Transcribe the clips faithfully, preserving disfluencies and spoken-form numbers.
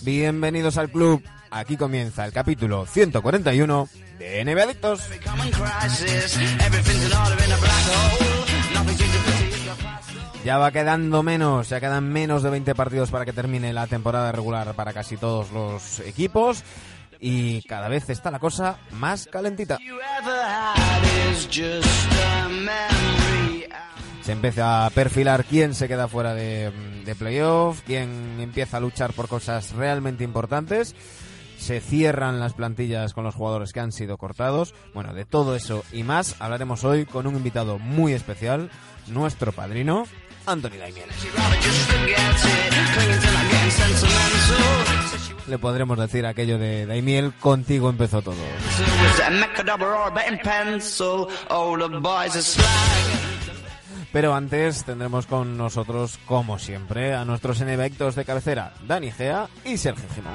Bienvenidos al club. Aquí comienza el capítulo ciento cuarenta y uno de N B A Adictos. Ya va quedando menos, ya quedan menos de veinte partidos para que termine la temporada regular para casi todos los equipos y cada vez está la cosa más calentita. Se empieza a perfilar quién se queda fuera de, de playoff, quién empieza a luchar por cosas realmente importantes. Se cierran las plantillas con los jugadores que han sido cortados. Bueno, de todo eso y más hablaremos hoy con un invitado muy especial, nuestro padrino, Anthony Daimiel. Le podremos decir aquello de Daimiel, contigo empezó todo. Pero antes tendremos con nosotros, como siempre, a nuestros N B A Adictos de cabecera, Dani Gea y Sergio Gimón.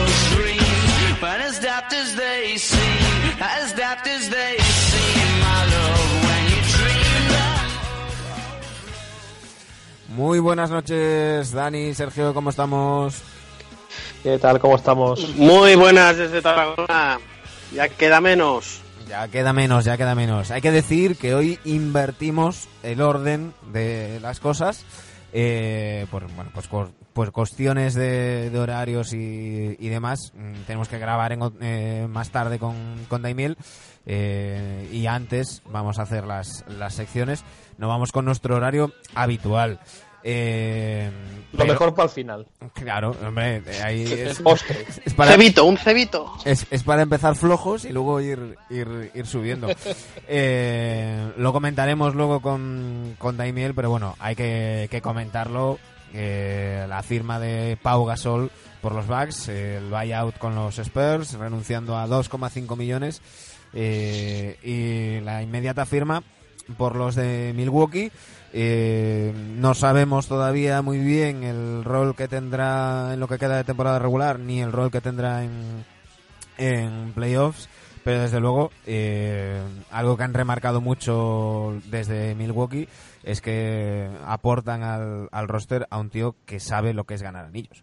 Muy buenas noches, Dani, Sergio, ¿cómo estamos? ¿Qué tal? ¿Cómo estamos? Muy buenas desde Tarragona. Ya queda menos. Ya queda menos, ya queda menos. Hay que decir que hoy invertimos el orden de las cosas eh, por bueno, pues, pues cuestiones de, de horarios y, y demás. Tenemos que grabar en, eh, más tarde con, con Daimiel eh, y antes vamos a hacer las, las secciones. No vamos con nuestro horario habitual. Eh, Lo pero, mejor para el final. Claro, hombre, ahí es, postre. Es para, cebito, un cebito. Es, es para empezar flojos y luego ir ir, ir subiendo. eh, lo comentaremos luego con, con Daimiel, pero bueno, hay que, que comentarlo. Eh, la firma de Pau Gasol por los Bucks, el buyout con los Spurs, renunciando a dos coma cinco millones eh, y la inmediata firma por los de Milwaukee. Eh, no sabemos todavía muy bien el rol que tendrá en lo que queda de temporada regular ni el rol que tendrá en, en playoffs, pero desde luego eh, algo que han remarcado mucho desde Milwaukee es que aportan al, al roster a un tío que sabe lo que es ganar anillos.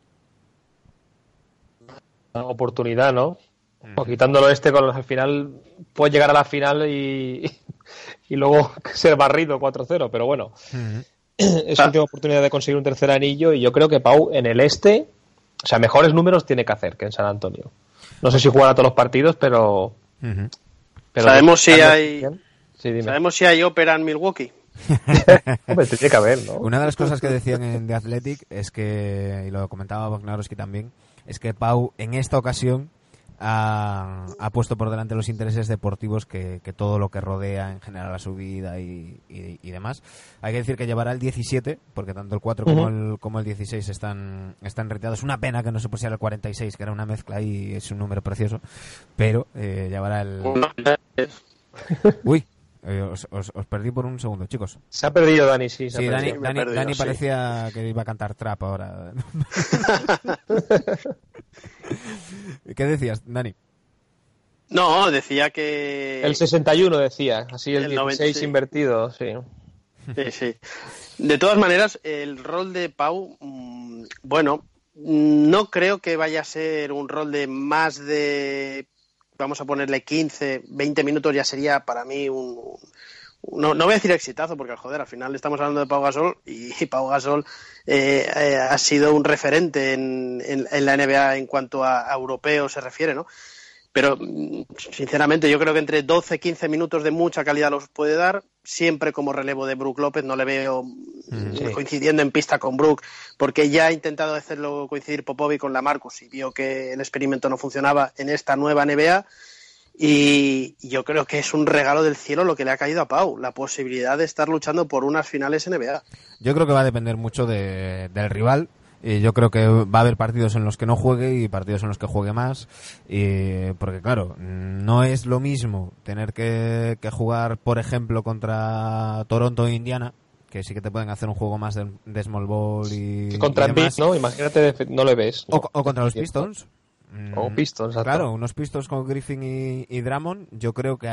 Una oportunidad, ¿no? O quitándolo este, con al final puede llegar a la final y, y luego ser barrido cuatro cero, pero bueno, uh-huh. Es su última oportunidad de conseguir un tercer anillo y yo creo que Pau en el este, o sea, mejores números tiene que hacer que en San Antonio. No sé si jugará todos los partidos, pero... Uh-huh. pero sabemos si hay sí, sabemos si hay ópera en Milwaukee. Hombre, tiene que haber, ¿no? Una de las cosas que decían en The Athletic es que, y lo comentaba Bognarowski también, es que Pau en esta ocasión Ha, ha puesto por delante los intereses deportivos que, que todo lo que rodea en general a su vida y, y, y demás. Hay que decir que llevará el diecisiete, porque tanto el cuatro uh-huh. como el como el dieciséis están, están retirados. Una pena que no se pusiera el cuarenta y seis, que era una mezcla y es un número precioso, pero eh, llevará el... Uy, eh, os, os, os perdí por un segundo, chicos. Se ha perdido Dani, sí. Se sí, ha Dani, perdido. Dani, perdido, Dani sí. parecía que iba a cantar trap ahora. ¿Qué decías, Dani? No, decía que... El sesenta y uno decía, así el, el dieciséis noventa, sí. Invertido, sí. Sí, sí. De todas maneras, el rol de Pau, mmm, bueno, no creo que vaya a ser un rol de más de, vamos a ponerle quince, veinte minutos, ya sería para mí un... No, no voy a decir exitazo, porque joder, al final estamos hablando de Pau Gasol y, y Pau Gasol eh, eh, ha sido un referente en, en, en la N B A en cuanto a, a europeo se refiere, ¿no? Pero sinceramente yo creo que entre doce quince minutos de mucha calidad los puede dar, siempre como relevo de Brook López. No le veo sí. coincidiendo en pista con Brook, porque ya ha intentado hacerlo coincidir Popovich con Lamarcus y vio que el experimento no funcionaba en esta nueva N B A. Y yo creo que es un regalo del cielo lo que le ha caído a Pau, la posibilidad de estar luchando por unas finales N B A. Yo creo que va a depender mucho de, del rival. Y yo creo que va a haber partidos en los que no juegue y partidos en los que juegue más. Y, porque claro, no es lo mismo tener que, que jugar, por ejemplo, contra Toronto e Indiana, que sí que te pueden hacer un juego más de, de small ball y, que contra y demás. Embiid, ¿no? Imagínate, no le ves, ¿no? O, o contra los Pistons. O Pistons, claro, unos Pistons con Griffin y, y Drummond, yo creo que ahí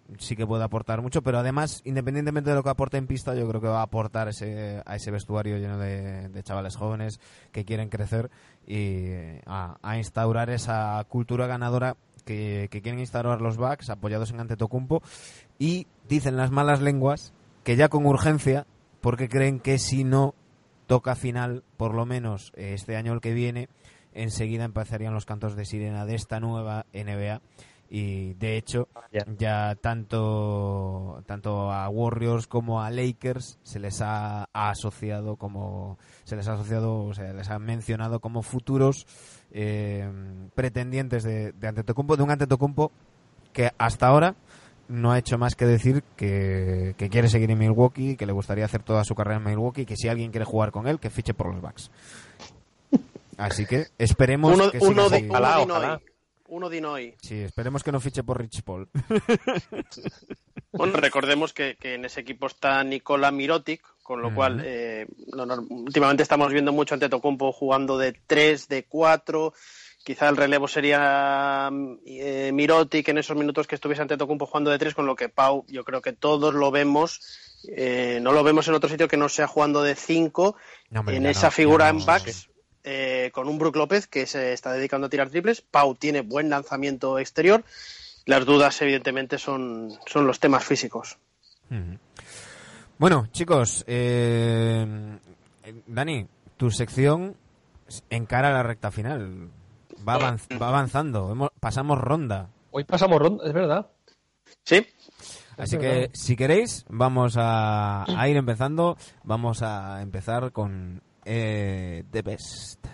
sí que puede aportar mucho, pero además, independientemente de lo que aporte en pista, yo creo que va a aportar ese, a ese vestuario lleno de, de chavales jóvenes que quieren crecer y a, a instaurar esa cultura ganadora que, que quieren instaurar los Bucks, apoyados en Antetokounmpo, y dicen las malas lenguas que ya con urgencia, porque creen que si no toca final, por lo menos este año o el que viene, enseguida empezarían los cantos de sirena de esta nueva N B A. Y de hecho ya, ya tanto tanto a Warriors como a Lakers se les ha, ha asociado como se les ha asociado o sea, les ha mencionado como futuros eh, pretendientes de, de Antetokounmpo, de un Antetokounmpo que hasta ahora no ha hecho más que decir que, que quiere seguir en Milwaukee, que le gustaría hacer toda su carrera en Milwaukee, y que si alguien quiere jugar con él, que fiche por los Bucks. Así que esperemos uno, que uno siga de, así. uno Ojalá, de ojalá. Noy. Uno de Noy. Sí, esperemos que no fiche por Rich Paul. Bueno, recordemos que, que en ese equipo está Nikola Mirotic, con lo uh-huh. cual eh, no, no, últimamente estamos viendo mucho Antetokounmpo jugando de tres, de cuatro. Quizá el relevo sería eh, Mirotic en esos minutos que estuviese Antetokounmpo jugando de tres, con lo que Pau, yo creo que todos lo vemos. Eh, no lo vemos en otro sitio que no sea jugando de cinco, no, hombre, en esa no, figura no, en backs. Eh, con un Brook López que se está dedicando a tirar triples. Pau tiene buen lanzamiento exterior. Las dudas, evidentemente, son, son los temas físicos. Mm-hmm. Bueno, chicos, eh, Dani, tu sección encara la recta final. Va, avanz- va avanzando. Hemos, pasamos ronda. Hoy pasamos ronda, es verdad. Sí. Así que, si queréis, vamos a, a ir empezando. Vamos a empezar con Eh, The Best.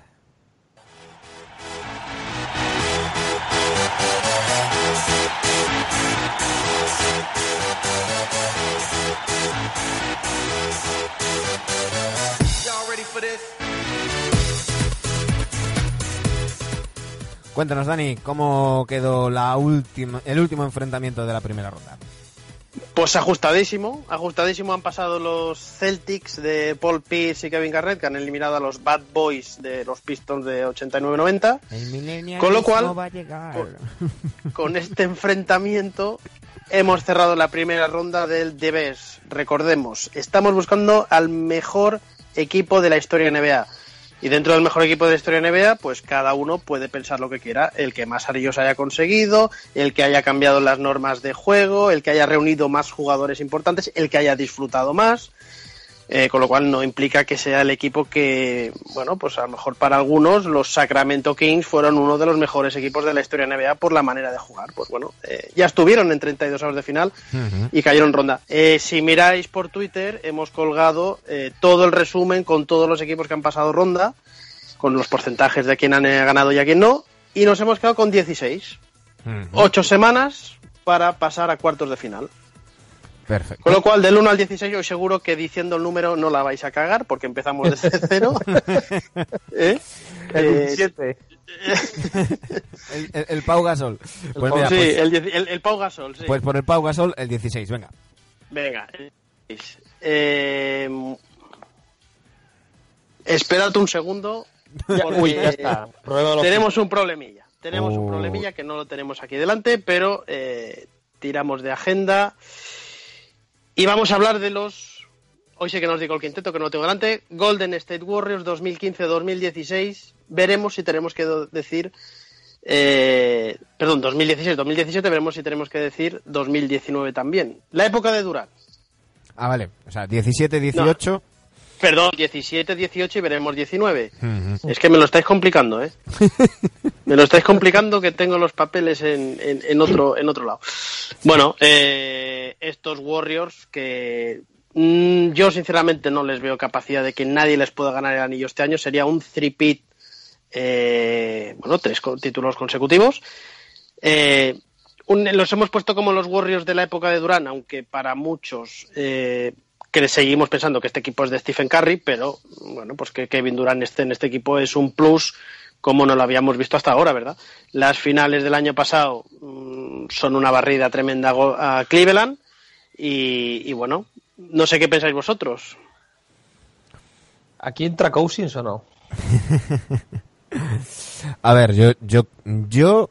Cuéntanos, Dani, ¿cómo quedó la última, el último enfrentamiento de la primera ronda? Pues ajustadísimo, ajustadísimo han pasado los Celtics de Paul Pierce y Kevin Garnett, que han eliminado a los Bad Boys de los Pistons de ochenta y nueve noventa. Con lo cual, va a llegar. Con, con este enfrentamiento hemos cerrado la primera ronda del The Best. Recordemos, estamos buscando al mejor equipo de la historia N B A. Y dentro del mejor equipo de la historia N B A, pues cada uno puede pensar lo que quiera. El que más anillos haya conseguido, el que haya cambiado las normas de juego, el que haya reunido más jugadores importantes, el que haya disfrutado más. Eh, con lo cual no implica que sea el equipo que, bueno, pues a lo mejor para algunos los Sacramento Kings fueron uno de los mejores equipos de la historia N B A por la manera de jugar. Pues bueno, eh, ya estuvieron en treinta y dos avos de final uh-huh. y cayeron en ronda. Eh, si miráis por Twitter, hemos colgado eh, todo el resumen con todos los equipos que han pasado ronda, con los porcentajes de quién han ganado y a quién no, y nos hemos quedado con dieciséis. Uh-huh. Ocho semanas para pasar a cuartos de final. Perfecto. Con lo cual, del uno al dieciséis, yo seguro que diciendo el número no la vais a cagar, porque empezamos desde cero. ¿Eh? El diecisiete. el, el, el Pau Gasol. Pues mira, sí, pues, el, el, el Pau Gasol, sí. Pues por el Pau Gasol, el dieciséis, venga. Venga. Eh, esperad un segundo. Uy, ya está. Tenemos un problemilla. Tenemos oh. un problemilla que no lo tenemos aquí delante, pero eh, tiramos de agenda. Y vamos a hablar de los... Hoy sé que nos digo el quinteto, que no lo tengo delante. Golden State Warriors dos mil quince dos mil dieciséis. Veremos si tenemos que decir... Eh, perdón, dos mil dieciséis dos mil diecisiete. Veremos si tenemos que decir dos mil diecinueve también. La época de Durant. Ah, vale. O sea, diecisiete dieciocho... No. Perdón, diecisiete dieciocho y veremos diecinueve. Uh-huh. Es que me lo estáis complicando, ¿eh? Me lo estáis complicando, que tengo los papeles en, en, en, otro, en otro lado. Bueno, eh, estos Warriors que mmm, yo sinceramente no les veo capacidad de que nadie les pueda ganar el anillo este año. Sería un three-peat, eh, bueno, tres títulos consecutivos. Eh, un, los hemos puesto como los Warriors de la época de Durant, aunque para muchos... Eh, que seguimos pensando que este equipo es de Stephen Curry, pero bueno, pues que Kevin Durant esté en este equipo es un plus como no lo habíamos visto hasta ahora, ¿verdad? Las finales del año pasado mmm, son una barrida tremenda a Cleveland y, y bueno, no sé qué pensáis vosotros. ¿Aquí entra Cousins o no? A ver, yo, yo, yo,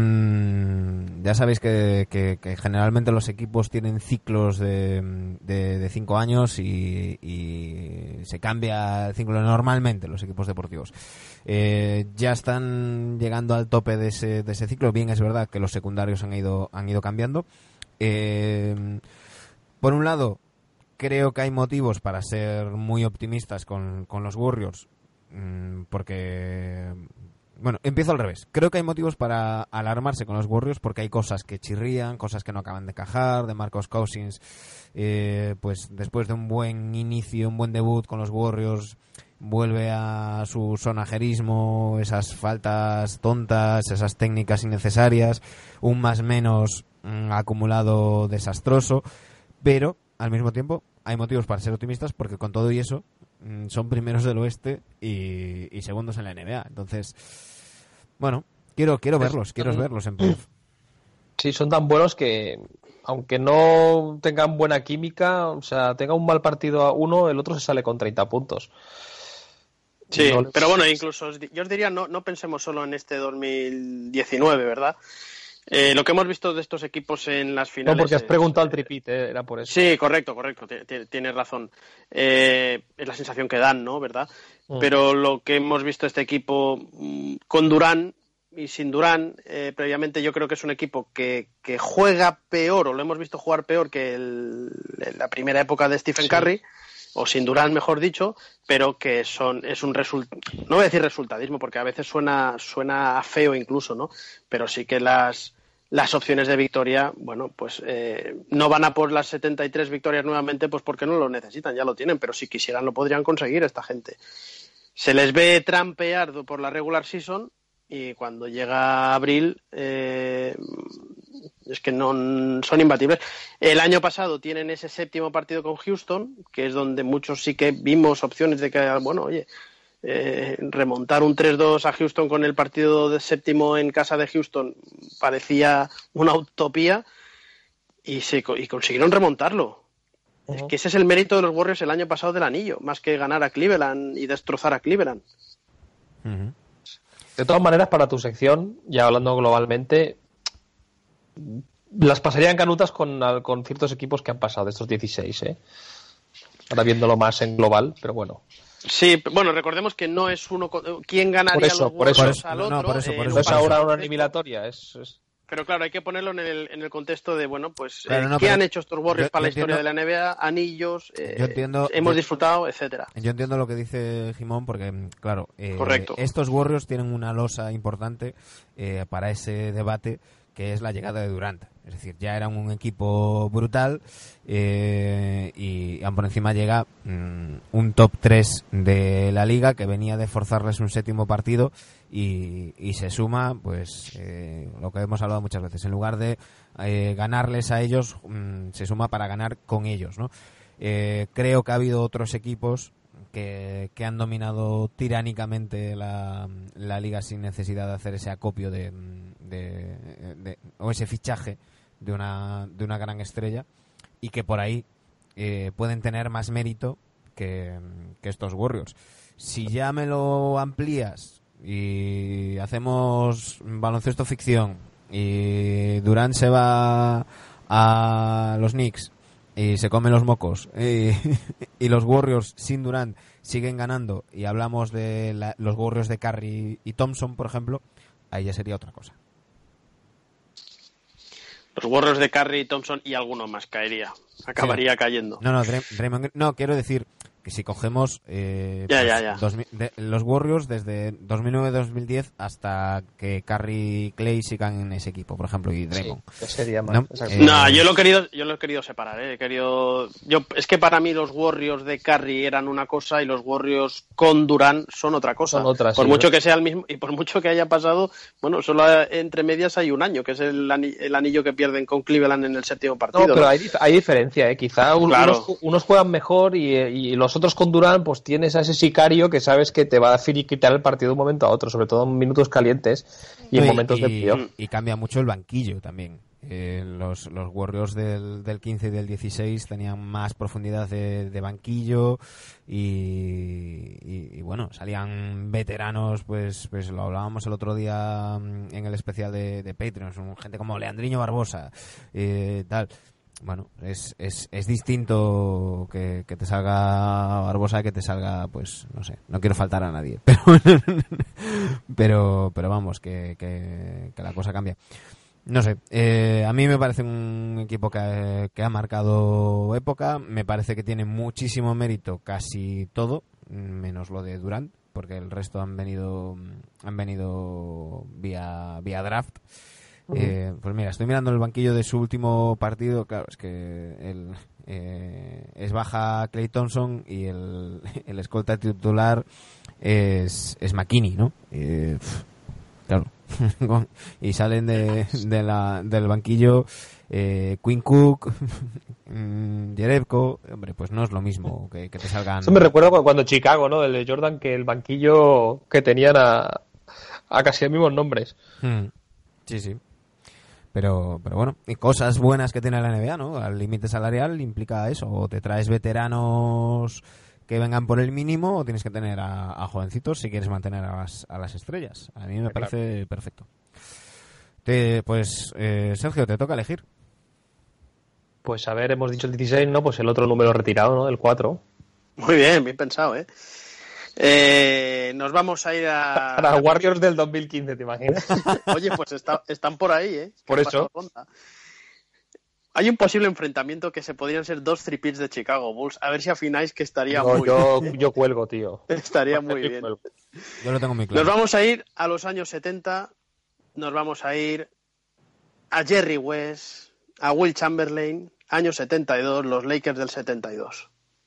mmm, ya sabéis que, que, que generalmente los equipos tienen ciclos de, de, de cinco años y, y se cambia el ciclo normalmente los equipos deportivos. Eh, ya están llegando al tope de ese, de ese ciclo. Bien, es verdad que los secundarios han ido, han ido cambiando. Eh, por un lado, creo que hay motivos para ser muy optimistas con, con los Warriors, mmm, porque... Bueno, empiezo al revés. Creo que hay motivos para alarmarse con los Warriors porque hay cosas que chirrían, cosas que no acaban de cajar. De Marcos Cousins, eh, pues después de un buen inicio, un buen debut con los Warriors, vuelve a su sonajerismo, esas faltas tontas, esas técnicas innecesarias, un más menos mm, acumulado desastroso, pero al mismo tiempo hay motivos para ser optimistas porque con todo y eso mm, son primeros del oeste y, y segundos en la N B A. Entonces, bueno, quiero quiero verlos, quiero verlos en playoff. Sí, son tan buenos que aunque no tengan buena química, o sea, tenga un mal partido a uno, el otro se sale con treinta puntos. Sí, no les... pero bueno, incluso yo os diría, no, no pensemos solo en este dos mil diecinueve, ¿verdad? Eh, lo que hemos visto de estos equipos en las finales... No, porque has preguntado es, el tripit, eh, era por eso. Sí, correcto, correcto, tienes razón. Eh, es la sensación que dan, ¿no? ¿Verdad? Mm. Pero lo que hemos visto este equipo con Durant y sin Durant, eh, previamente yo creo que es un equipo que, que juega peor, o lo hemos visto jugar peor que el, la primera época de Stephen sí. Curry, o sin Durant, mejor dicho, pero que son es un resultado, no voy a decir resultadismo porque a veces suena suena feo incluso, ¿no? Pero sí que las las opciones de victoria, bueno, pues eh, no van a por las setenta y tres victorias nuevamente, pues porque no lo necesitan, ya lo tienen, pero si quisieran lo podrían conseguir esta gente. Se les ve trampear por la regular season y cuando llega abril eh, es que no son imbatibles. El año pasado tienen ese séptimo partido con Houston, que es donde muchos sí que vimos opciones de que, bueno, oye, eh, remontar un tres dos a Houston con el partido de séptimo en casa de Houston parecía una utopía y, se, y consiguieron remontarlo. Uh-huh. Es que ese es el mérito de los Warriors el año pasado del anillo, más que ganar a Cleveland y destrozar a Cleveland. Uh-huh. De todas maneras, para tu sección, ya hablando globalmente, las pasarían canutas con, con ciertos equipos que han pasado de estos dieciséis, ¿eh? Ahora viéndolo más en global, pero bueno. Sí, bueno, recordemos que no es uno quién ganaría por eso, los Warriors por eso, al no, otro. No, por eso, por eh, eso, no es por ahora eso. una eliminatoria, es... es... Pero claro, hay que ponerlo en el, en el contexto de, bueno, pues, claro, eh, no, ¿qué pero han hecho estos Warriors yo, para yo la historia entiendo, de la N B A? Anillos, eh, yo entiendo, hemos yo, disfrutado, etcétera. Yo entiendo lo que dice Jimón porque, claro, eh, Correcto. estos Warriors tienen una losa importante eh, para ese debate, que es la llegada de Durant. Es decir, ya eran un equipo brutal eh, y aún por encima llega mmm, un top tres de la liga que venía de forzarles un séptimo partido y, y se suma, pues, eh, lo que hemos hablado muchas veces. En lugar de eh, ganarles a ellos, mmm, se suma para ganar con ellos, ¿no? Eh, creo que ha habido otros equipos que, que han dominado tiránicamente la, la liga sin necesidad de hacer ese acopio de, de, de o ese fichaje de una de una gran estrella y que por ahí eh, pueden tener más mérito que, que estos Warriors. Si ya me lo amplías y hacemos baloncesto ficción y Durant se va a los Knicks y se comen los mocos y, y los Warriors sin Durant siguen ganando y hablamos de la, los Warriors de Curry y Thompson, por ejemplo, ahí ya sería otra cosa. Los Warriors de Curry, Thompson y alguno más caería, acabaría sí. cayendo. No, no, Draymond, no, quiero decir que si cogemos eh, ya, pues, ya, ya. Dos, de, los Warriors desde dos mil nueve dos mil diez hasta que Curry y Clay sigan en ese equipo, por ejemplo, y Draymond. Sí, sería más. ¿No? Eh, no, yo lo he querido, yo lo he querido separar, ¿eh? He querido, yo es que para mí los Warriors de Curry eran una cosa y los Warriors con Durant son otra cosa. Son otras, por sí, mucho ¿no? que sea el mismo y por mucho que haya pasado, bueno, solo entre medias hay un año, que es el, ani- el anillo que pierden con Cleveland en el séptimo partido. No, pero ¿no? hay, hay diferencia, ¿eh? Quizá un, claro. unos, unos juegan mejor y, y los nosotros con Durant pues tienes a ese sicario que sabes que te va a finiquitar el partido de un momento a otro, sobre todo en minutos calientes y en y, momentos y, de playoff. Y cambia mucho el banquillo también. Eh, los, los Warriors del, del quince y del dieciséis tenían más profundidad de, de banquillo y, y, y bueno, salían veteranos, pues pues lo hablábamos el otro día en el especial de, de Patreon, son gente como Leandriño Barbosa, eh, tal. Bueno, es, es, es distinto que, que te salga Barbosa que te salga, pues, no sé, no quiero faltar a nadie, pero pero, pero vamos, que, que, que la cosa cambia. No sé, eh, a mí me parece un equipo que, que ha marcado época, me parece que tiene muchísimo mérito casi todo, menos lo de Durant, porque el resto han venido han venido vía vía draft. Uh-huh. Eh, pues mira, estoy mirando el banquillo de su último partido, claro, es que el, eh, es baja Klay Thompson y el, el escolta titular es, es McKinney, ¿no? Eh, claro. Y salen de, de la, del banquillo eh, Quinn Cook, Jerebko, hombre, pues no es lo mismo que, que te salgan. Eso me recuerda cuando Chicago, ¿no? El de Jordan, que el banquillo que tenían a, a casi los mismos nombres. Hmm. Sí, sí. Pero, pero bueno, y cosas buenas que tiene la N B A, ¿no? Al límite salarial implica eso, o te traes veteranos que vengan por el mínimo o tienes que tener a, a jovencitos si quieres mantener a las, a las estrellas. A mí me sí, parece claro. perfecto. Te, pues, eh, Sergio, te toca elegir. Pues a ver, hemos dicho el dieciséis, ¿no? Pues el otro número retirado, ¿no? El cuatro. Muy bien, bien pensado, ¿eh? eh nos vamos a ir a... Para Warriors del dos mil quince, ¿te imaginas? Oye, pues está, están por ahí, ¿eh? Por eso. Hay un posible enfrentamiento que se podrían ser dos three-peats de Chicago Bulls. A ver si afináis que estaría no, muy yo, bien. Yo cuelgo, tío. Estaría muy bien. Yo lo tengo muy claro. Nos vamos a ir a los años setenta. Nos vamos a ir a Jerry West, a Will Chamberlain, año setenta y dos, los Lakers del setenta y dos.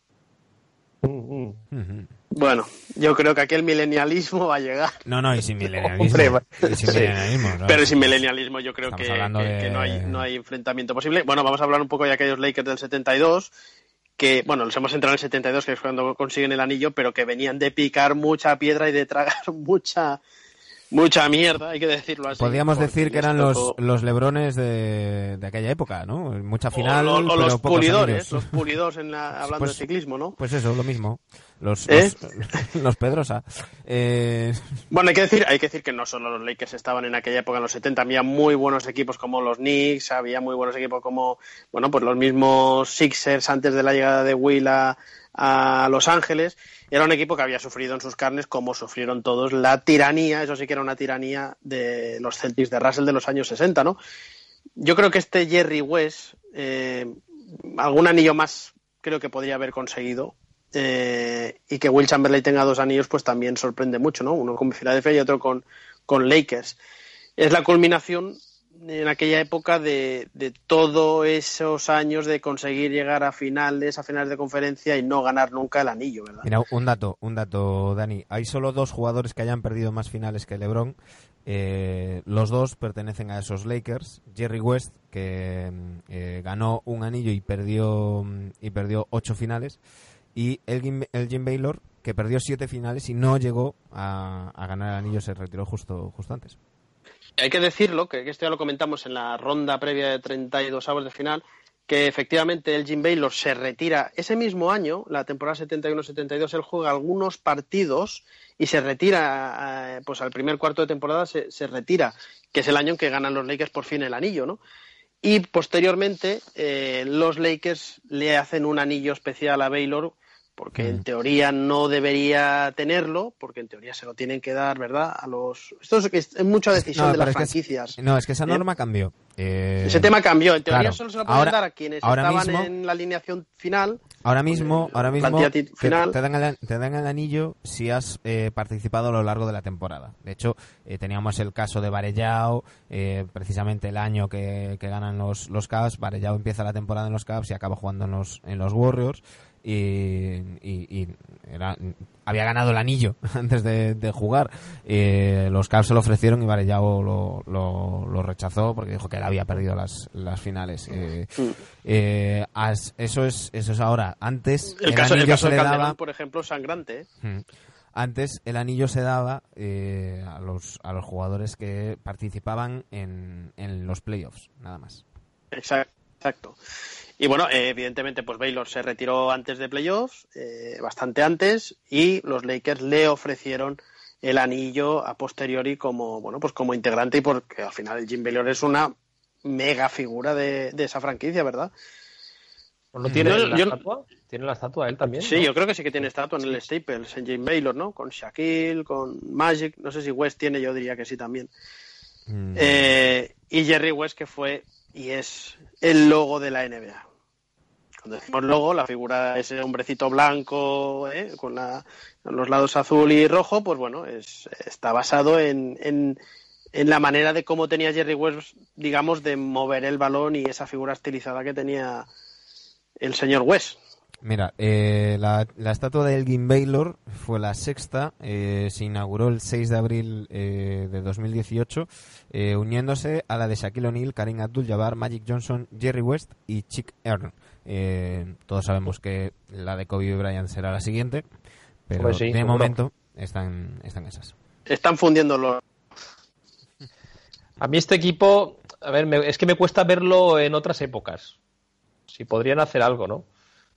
Mm-hmm. Uh-huh. Bueno, yo creo que aquí el milenialismo va a llegar. No, no, y sin milenialismo. Y sin milenialismo sí. ¿no? Pero sin milenialismo yo creo que, que, de... que no, hay, no hay enfrentamiento posible. Bueno, vamos a hablar un poco de aquellos Lakers del setenta y dos, que, bueno, nos hemos entrado en el setenta y dos, que es cuando consiguen el anillo, pero que venían de picar mucha piedra y de tragar mucha... Mucha mierda, hay que decirlo así. Podríamos decir que eran los, los Lebrones de, de aquella época, ¿no? Mucha final, o, o, o pero los pocos pulidores, años. los pulidores en la, hablando pues, de ciclismo, ¿no? Pues eso, lo mismo. Los, ¿Eh? los, los Pedrosa. Eh... Bueno, hay que decir, hay que decir que no solo los Lakers estaban en aquella época, en los setenta, había muy buenos equipos como los Knicks, había muy buenos equipos como, bueno, pues los mismos Sixers antes de la llegada de Will a, a Los Ángeles. Era un equipo que había sufrido en sus carnes, como sufrieron todos, la tiranía, eso sí que era una tiranía de los Celtics de Russell de los años sesenta, ¿no? Yo creo que este Jerry West, eh, algún anillo más creo que podría haber conseguido, eh, y que Will Chamberlain tenga dos anillos, pues también sorprende mucho, ¿no? Uno con Philadelphia y otro con, con Lakers. Es la culminación en aquella época de, de todos esos años de conseguir llegar a finales, a finales de conferencia y no ganar nunca el anillo, ¿verdad? Mira, un dato, un dato, Dani. Hay solo dos jugadores que hayan perdido más finales que LeBron. Eh, los dos pertenecen a esos Lakers. Jerry West, que eh, ganó un anillo y perdió y perdió ocho finales, y Elgin, Elgin Baylor, que perdió siete finales y no llegó a, a ganar el anillo, se retiró justo justo antes. Hay que decirlo, que esto ya lo comentamos en la ronda previa de treinta y dos avos de final, que efectivamente Elgin Baylor se retira ese mismo año, la temporada setenta y uno setenta y dos, él juega algunos partidos y se retira, pues al primer cuarto de temporada se, se retira, que es el año en que ganan los Lakers por fin el anillo, ¿no? Y posteriormente eh, los Lakers le hacen un anillo especial a Baylor, porque en teoría no debería tenerlo, porque en teoría se lo tienen que dar, ¿verdad? A los... Esto es, es mucha decisión no, de las franquicias. Que es, no, es que esa norma ¿eh? cambió. Eh... Ese tema cambió. En teoría claro. solo se lo pueden ahora, dar a quienes estaban mismo, en la alineación final. Ahora mismo, ahora mismo te, final. Te, dan el, te dan el anillo si has eh, participado a lo largo de la temporada. De hecho, eh, teníamos el caso de Varejao, eh, precisamente el año que, que ganan los, los Cavs. Varejao empieza la temporada en los Cavs y acaba jugando en los, en los Warriors. y, y, y era, había ganado el anillo antes de, de jugar. Eh, los Cavs se lo ofrecieron y Varejao lo, lo, lo rechazó porque dijo que él había perdido las, las finales. Eh, eh, as, eso es eso es ahora. Antes el, el caso, anillo el caso se de le Calderón, daba, por ejemplo, sangrante, ¿eh? hmm, antes el anillo se daba eh, a los a los jugadores que participaban en, en los playoffs, nada más. Exacto. Exacto. Y bueno, eh, evidentemente, pues Baylor se retiró antes de playoffs, eh, bastante antes, y los Lakers le ofrecieron el anillo a posteriori como, bueno, pues como integrante, y porque al final Jim Baylor es una mega figura de, de esa franquicia, ¿verdad? ¿No tiene Yo- la yo- estatua? ¿Tiene la estatua él también? Sí, ¿no? yo creo que sí que tiene estatua en el Staples, en Jim Baylor, ¿no? Con Shaquille, con Magic, no sé si West tiene, yo diría que sí también. Mm. Eh, y Jerry West, que fue y es el logo de la N B A. Cuando decimos logo, la figura, ese hombrecito blanco, ¿eh? con, la, con los lados azul y rojo, pues bueno, es, está basado en, en, en la manera de cómo tenía Jerry West, digamos, de mover el balón y esa figura estilizada que tenía el señor West. Mira, eh, la, la estatua de Elgin Baylor fue la sexta, eh, se inauguró el seis de abril eh, de dos mil dieciocho, eh, uniéndose a la de Shaquille O'Neal, Kareem Abdul-Jabbar, Magic Johnson, Jerry West y Chick Hearn. Eh, todos sabemos que la de Kobe Bryant será la siguiente, pero Pues sí, de seguro. momento están, están esas. Están fundiendo los... A mí este equipo, a ver, me- es que me cuesta verlo en otras épocas. Si podrían hacer algo, ¿no?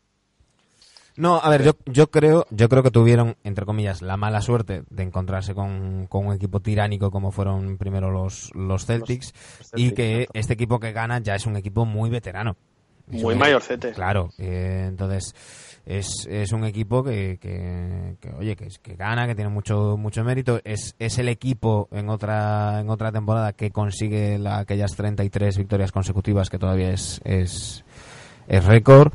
No, a ver, yo, yo creo yo creo que tuvieron, entre comillas, la mala suerte de encontrarse con, con un equipo tiránico como fueron primero los, los Celtics, Los y Celtics, que exacto. este equipo que gana ya es un equipo muy veterano. Es Muy un- mayorcete. Claro, eh, entonces es, es un equipo que, que, que, oye, que, es- que gana, que tiene mucho mucho mérito. Es, es el equipo en otra en otra temporada que consigue la, aquellas treinta y tres victorias consecutivas, que todavía es es, es récord.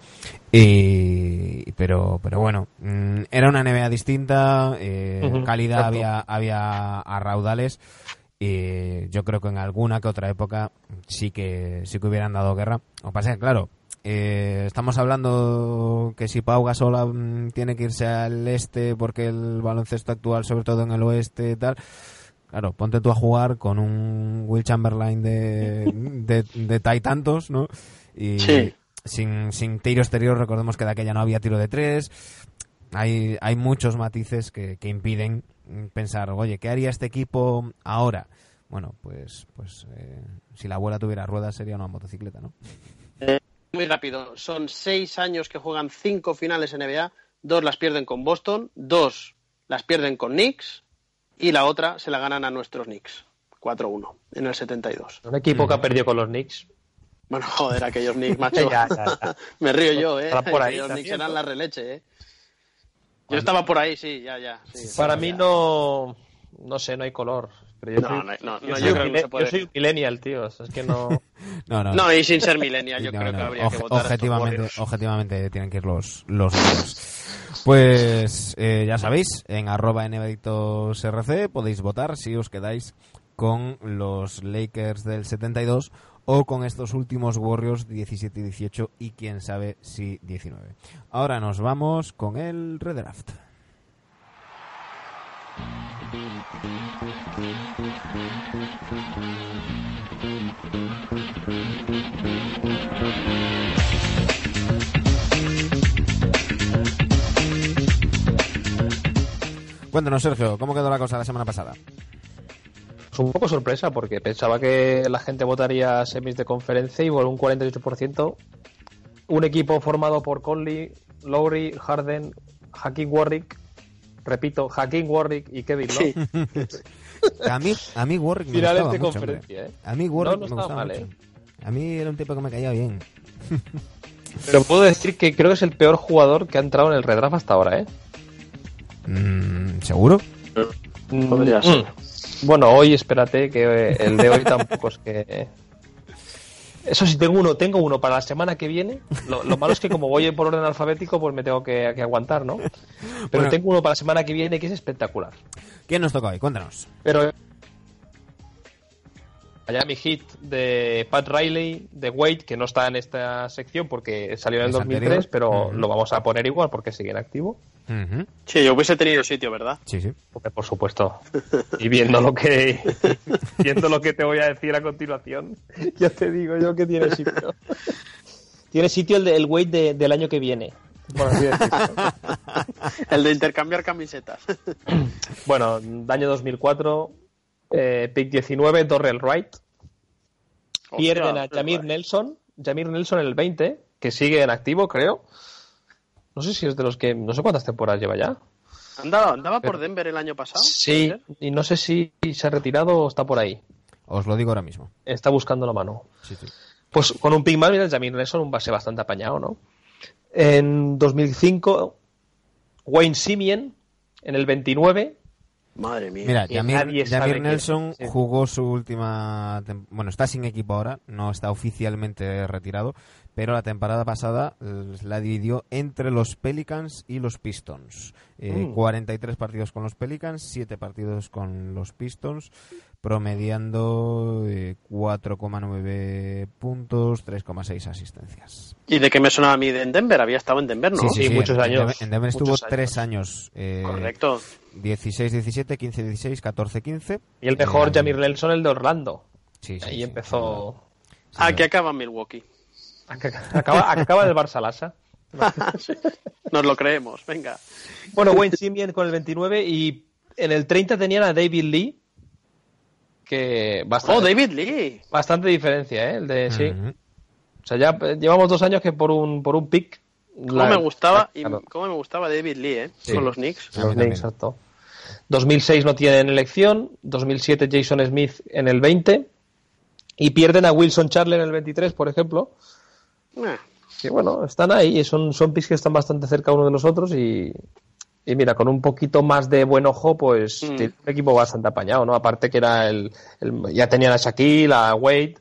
Y, pero pero bueno, mm, era una N B A distinta, eh, Ujú, calidad exacto. había había a raudales. Y yo creo que en alguna que otra época sí que sí que hubieran dado guerra. Lo que pasa es que, claro, eh, estamos hablando que si Pau Gasol mm, tiene que irse al este porque el baloncesto actual, sobre todo en el oeste y tal, claro, ponte tú a jugar con un Will Chamberlain de, de, de tai tantos, ¿no? Y Sí. sin, sin tiro exterior, recordemos que de aquella no había tiro de tres. Hay, hay muchos matices que, que impiden pensar, oye, ¿qué haría este equipo ahora? Bueno, pues pues eh, si la abuela tuviera ruedas sería una motocicleta, ¿no? Muy rápido, son seis años que juegan cinco finales N B A, dos las pierden con Boston, dos las pierden con Knicks y la otra se la ganan a nuestros Knicks, cuatro uno en el setenta y dos. Un equipo que ha perdido con los Knicks. Bueno, joder, aquellos Knicks, macho. Ya, ya, ya. Me río yo, ¿eh? Estará por ahí Aquellos también, Knicks eran ¿no? la releche, ¿eh? Yo estaba por ahí, sí, ya, ya. sí, Para sí, mí ya. no, no sé, no hay color. Pero yo No, soy, no, no, yo no, soy yo un creo que mile- se puede. yo soy un millennial, tío. Es que no. No, no. No, y sin ser millennial, yo No, creo no, que habría que obje- votar a estos objetivamente, Warriors. objetivamente tienen que ir los los números. Pues eh, ya sabéis, en arroba nbadictosrc podéis votar si os quedáis con los Lakers del setenta y dos o con estos últimos Warriors diecisiete y dieciocho y quién sabe si diecinueve. Ahora nos vamos con el redraft. Cuéntanos, Sergio, ¿cómo quedó la cosa la semana pasada? Es un poco sorpresa porque pensaba que la gente votaría semis de conferencia y por un cuarenta y ocho por ciento. Un equipo formado por Conley, Lowry, Harden, Hakeem Warwick, repito, Hakeem Warwick y Kevin Love. Sí. A mí, a mí Warwick me Finales gustaba de mucho, conferencia, hombre. ¿eh? A mí Warwick No, no me estaba gustaba mal, mucho. A mí era un tipo que me caía bien. Pero puedo decir que creo que es el peor jugador que ha entrado en el redraft hasta ahora, ¿eh? Mm, ¿Seguro? Podría Mm, ser. mm. Bueno, hoy espérate que eh, el de hoy tampoco es que... Eso sí, tengo uno, tengo uno para la semana que viene. Lo, lo malo es que como voy por orden alfabético, pues me tengo que, que aguantar, ¿no? Pero Bueno. tengo uno para la semana que viene que es espectacular. ¿Quién nos toca hoy? Cuéntanos. Pero Miami Heat de Pat Riley, de Wade, que no está en esta sección porque salió en el ¿Es dos mil tres, anterior? pero Uh-huh. lo vamos a poner igual porque sigue en activo. Uh-huh. Sí, yo hubiese tenido sitio, ¿verdad? Sí, sí. Porque, por supuesto. Y viendo lo que viendo lo que te voy a decir a continuación, ya te digo yo que tiene sitio. Tiene sitio el, de, el Wade de, del año que viene. Por así decirlo. El de intercambiar camisetas. Bueno, año dos mil cuatro, eh, pick diecinueve, Dorrell Wright. Pierden a Jameer Nelson, Jameer Nelson en el veinte, que sigue en activo, creo. No sé si es de los que... No sé cuántas temporadas lleva ya. ¿Andaba, andaba por Denver el año pasado? Sí, y no sé si se ha retirado o está por ahí. Os lo digo ahora mismo. Está buscando la mano. Sí, sí. Pues con un pick más, mira, Jameer Nelson, un base bastante apañado, ¿no? En dos mil cinco, Wayne Simien, en el veintinueve. Madre mía. Mira, que Jameer, nadie sabe Jameer quién Nelson es. Sí. jugó su última... tem- Bueno, está sin equipo ahora, no está oficialmente retirado, pero la temporada pasada eh, la dividió entre los Pelicans y los Pistons. Eh, Mm. cuarenta y tres partidos con los Pelicans, siete partidos con los Pistons, promediando eh, cuatro coma nueve puntos, tres coma seis asistencias. ¿Y de qué me sonaba a mí? En Denver, había estado en Denver, ¿no? Sí, sí, Sí, sí, muchos en, años. En Denver, en Denver estuvo Muchos años. tres años. eh, Correcto. dieciséis diecisiete, quince dieciséis, catorce quince. Y el mejor, Eh, Jameer Nelson, el de Orlando. Sí, sí, Ahí sí, empezó... sí, Ah, sí. que acaba en Milwaukee. Acaba, acaba el Barça Lassa. Nos lo creemos, venga. Bueno, Wayne Simien con el veintinueve y en el treinta tenían a David Lee, que bastante, Oh, David Lee. bastante diferencia, ¿eh? El de, sí. Ujú. O sea, ya eh, llevamos dos años que por un por un pick... Cómo la- me gustaba y Claro. cómo me gustaba David Lee, ¿eh? Sí. Con los Knicks. A mí Los también. Knicks, exacto. dos mil seis no tienen elección, dos mil siete Jason Smith en el veinte y pierden a Wilson Chandler en el veintitrés, por ejemplo. Eh, Que bueno, están ahí, son, son picks que están bastante cerca uno de los otros y, y mira, con un poquito más de buen ojo, pues Mm. tiene un equipo bastante apañado, ¿no? Aparte que era el, el- ya tenían a Shaquille, a Wade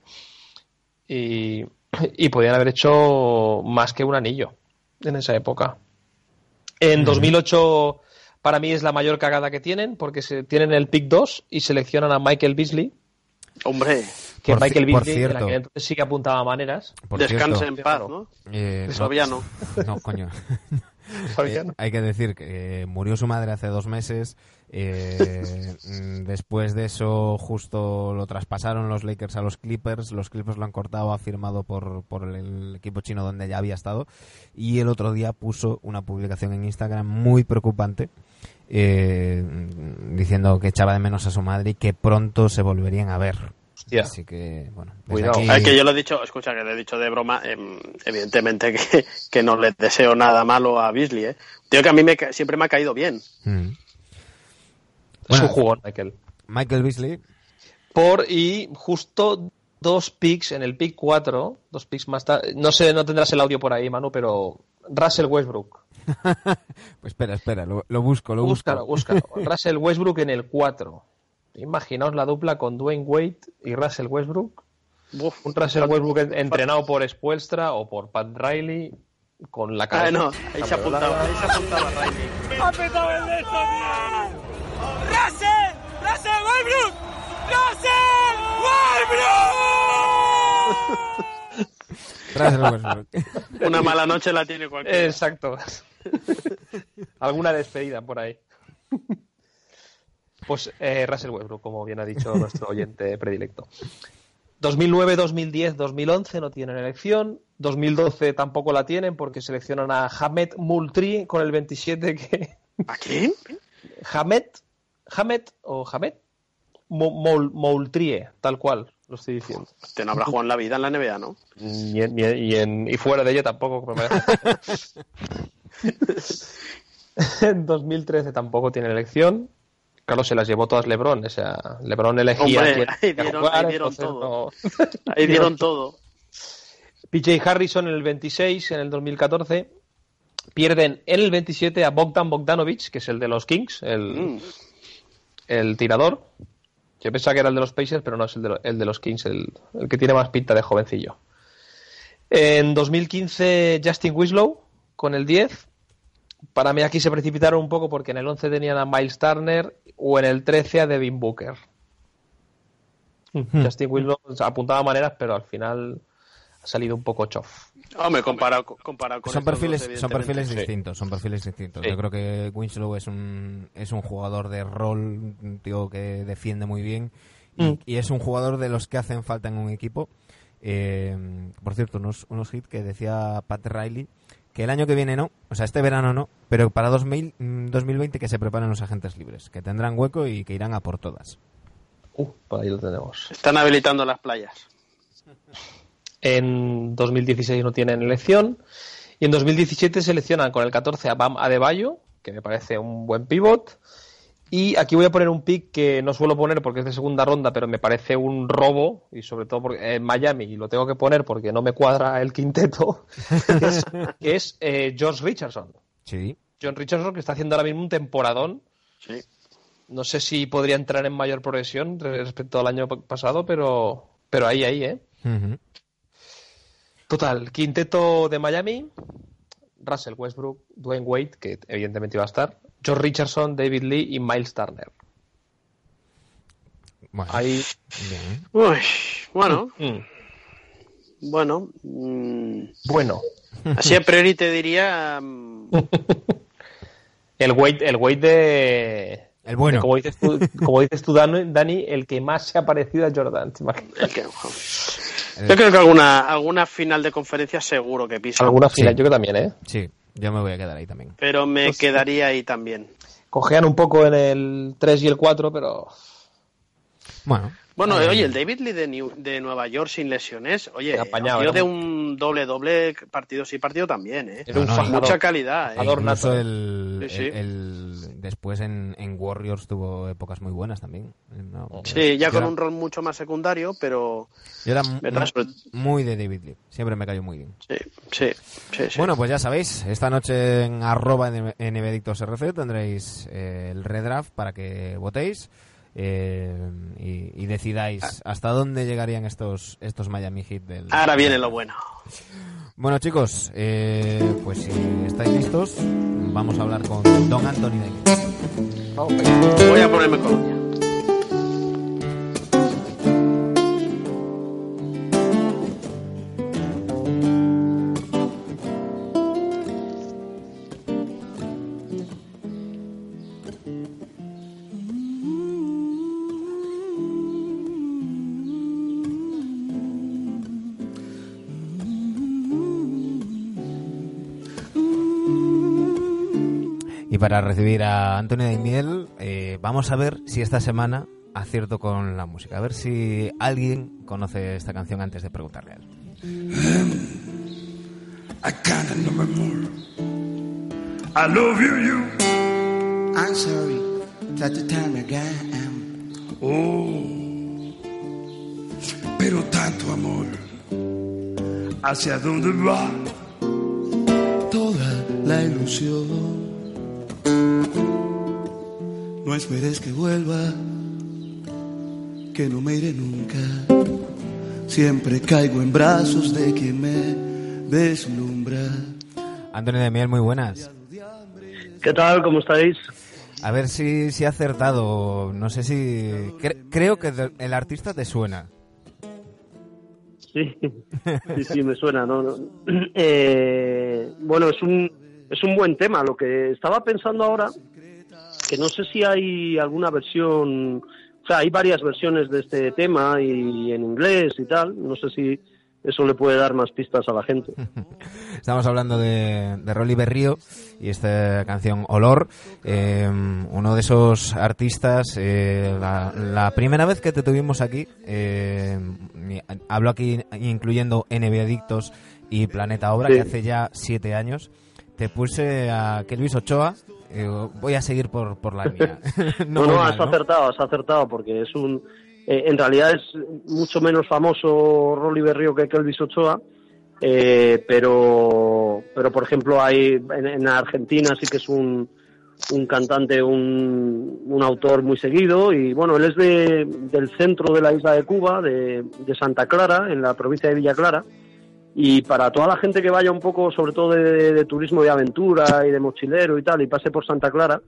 y, y podían haber hecho más que un anillo en esa época. En dos mil ocho para mí es la mayor cagada que tienen porque se, tienen el pick dos y seleccionan a Michael Beasley, hombre, que Por ci- Michael por Beasley en cierto. aquel entonces sí que apuntaba maneras. Por descanse cierto, en paz, ¿no? eh, no- Todavía no. No, coño. Todavía Eh, no. hay que decir que eh, murió su madre hace dos meses. eh, mm, después de eso, justo lo traspasaron los Lakers a los Clippers. Los Clippers lo han cortado, ha firmado por, por el, el equipo chino donde ya había estado. Y el otro día puso una publicación en Instagram muy preocupante, eh, diciendo que echaba de menos a su madre y que pronto se volverían a ver. Hostia. Así que, bueno, desde Cuidado. aquí- Ah, que yo lo he dicho, escucha, que lo he dicho de broma, em, evidentemente que, que no le deseo nada malo a Beasley, ¿eh? Tío, que a mí me, ca- siempre me ha caído bien. Mm. Es Bueno, un jugón, Michael. Michael Beasley. Por y justo dos picks en el pick cuatro, dos picks más tarde. No sé, no tendrás el audio por ahí, Manu, pero Russell Westbrook. Pues espera, espera, lo, lo busco, lo Búscalo, busco. búscalo. Russell Westbrook en el cuatro. Imaginaos la dupla con Dwayne Wade y Russell Westbrook. Uf, Un Russell Westbrook en- entrenado por Spoelstra o por Pat Riley con la Ah, cabeza. no, ahí se apuntaba, ahí se apuntaba Riley. ¡Ha petado el de esto, tío! ¡Russell! ¡Russell Westbrook! ¡Russell Westbrook! Russell Westbrook. Una mala noche la tiene cualquiera. Exacto. Alguna despedida por ahí. Pues eh, Russell Westbrook, como bien ha dicho nuestro oyente predilecto. dos mil nueve, dos mil diez, dos mil once no tienen elección. dos mil doce tampoco la tienen porque seleccionan a Hamed Moultrie con el veintisiete que... ¿A quién? Hamed, Hamed o Hamed Mo- Moul- Moultrie, tal cual, lo estoy diciendo. Este no habrá jugado en la vida en la N B A, ¿no? Ni en- ni en- y, en- y fuera de ella tampoco. me parece. En dos mil trece tampoco tiene elección. Claro, se las llevó todas LeBron. O sea, LeBron elegía Hombre, a quién ahí quería dieron- jugar, ahí dieron entonces todo. no- Ahí dieron todo. P J Harrison en el veintiséis, en el dos mil catorce. Pierden en el veintisiete a Bogdan Bogdanovic, que es el de los Kings, el, Mm. el tirador. Yo pensaba que era el de los Pacers, pero no es el de, lo- el de los Kings, el, el que tiene más pinta de jovencillo. En dos mil quince, Justin Winslow con el diez. Para mí aquí se precipitaron un poco porque en el once tenían a Miles Turner o en el trece a Devin Booker. Justin Wilson apuntaba maneras, pero al final ha salido un poco chof. Hombre, comparado, comparado con son perfiles, dos, son perfiles Sí. distintos, son perfiles distintos. Sí. Yo creo que Winslow es un es un jugador de rol, un tío que defiende muy bien y, Mm. y es un jugador de los que hacen falta en un equipo. Eh, por cierto, unos unos hits que decía Pat Riley que el año que viene no, o sea, este verano no, pero para dos mil, dos mil veinte que se preparen los agentes libres, que tendrán hueco y que irán a por todas. Uh, por ahí lo tenemos. Están habilitando las playas. En dos mil dieciséis no tienen elección y en dos mil diecisiete seleccionan con el catorce a Bam Adebayo, que me parece un buen pivot. Y aquí voy a poner un pick que no suelo poner porque es de segunda ronda, pero me parece un robo, y sobre todo porque en Miami, y lo tengo que poner porque no me cuadra el quinteto, que es, que es eh, George Richardson. Sí. John Richardson, que está haciendo ahora mismo un temporadón. Sí. No sé si podría entrar en mayor progresión respecto al año pasado, pero, pero ahí, ahí, ¿eh? Uh-huh. Total, quinteto de Miami, Russell Westbrook, Dwayne Wade, que evidentemente iba a estar, George Richardson, David Lee y Miles Turner. Bueno, Ahí. bien. Uy, bueno, Mm. bueno. mm, Bueno. así a priori te diría. mm, El Wade, el Wade de. El bueno. de, como dices tú, como dices tú, Dani, Dani, el que más se ha parecido a Jordan. ¿Te imaginas? el que- Yo creo que alguna, alguna final de conferencia seguro que pisa. Alguna Sí. final, yo creo que también, ¿eh? Sí, yo me voy a quedar ahí también. Pero me Pues- quedaría ahí también. Cojean un poco en el tres y el cuatro, pero. Bueno. Bueno, eh, oye, el David Lee de, New- de Nueva York sin lesiones, oye, Apañado, tío ¿eh? de un doble-doble partido sí, partido también, ¿eh? Era un No, no, fajador. Mucha calidad, ¿eh? Ador incluso nato. el, Sí, sí. el- el- después en, en Warriors tuvo épocas muy buenas también. No, Sí, ya yo con era- un rol mucho más secundario, pero Yo era mu- ¿verdad? Sobre- muy de David Lee. Siempre me cayó muy bien. sí, sí, sí, sí. Bueno, pues ya sabéis, esta noche en arroba N B Adictos R C tendréis eh, el redraft para que votéis eh, y, y decidáis hasta dónde llegarían estos estos Miami Heat del... Ahora viene lo bueno. Bueno, chicos, eh, pues si estáis listos, vamos a hablar con Don Anthony Davis. Vamos, venga. Voy a ponerme colonia. Y para recibir a Antonio Daimiel, eh, vamos a ver si esta semana acierto con la música. A ver si alguien conoce esta canción antes de preguntarle a él. I can't no more. I love you, you. I'm sorry that the time again. Oh, pero tanto amor. ¿Hacia dónde va? Toda la ilusión. No esperes que vuelva, que no me iré nunca. Siempre caigo en brazos de quien me deslumbra. Antonio Daimiel, muy buenas. ¿Qué tal? ¿Cómo estáis? A ver si, si ha acertado. No sé si... cre- creo que de- el artista te suena. Sí, sí, sí, me suena, ¿no? no. Eh, bueno, es un, es un buen tema. Lo que estaba pensando ahora, que no sé si hay alguna versión, o sea, hay varias versiones de este tema y en inglés y tal. No sé si eso le puede dar más pistas a la gente. Estamos hablando de, de Rolly Berrío y esta canción Olor, eh, uno de esos artistas, eh, la, la primera vez que te tuvimos aquí, eh, hablo aquí incluyendo N B Adictos y Planeta Obra, Sí. que hace ya siete años, te puse a que Luis Ochoa, eh, voy a seguir por, por la línea. No, voy no, mal, has acertado, has acertado, porque es un... Eh, en realidad es mucho menos famoso Rolly Berrío que Kelvis Ochoa, eh, pero, pero por ejemplo hay en, en Argentina sí que es un, un cantante, un, un autor muy seguido, y bueno, él es de, del centro de la isla de Cuba, de, de Santa Clara, en la provincia de Villa Clara, y para toda la gente que vaya un poco, sobre todo de, de turismo de aventura y de mochilero y tal, y pase por Santa Clara,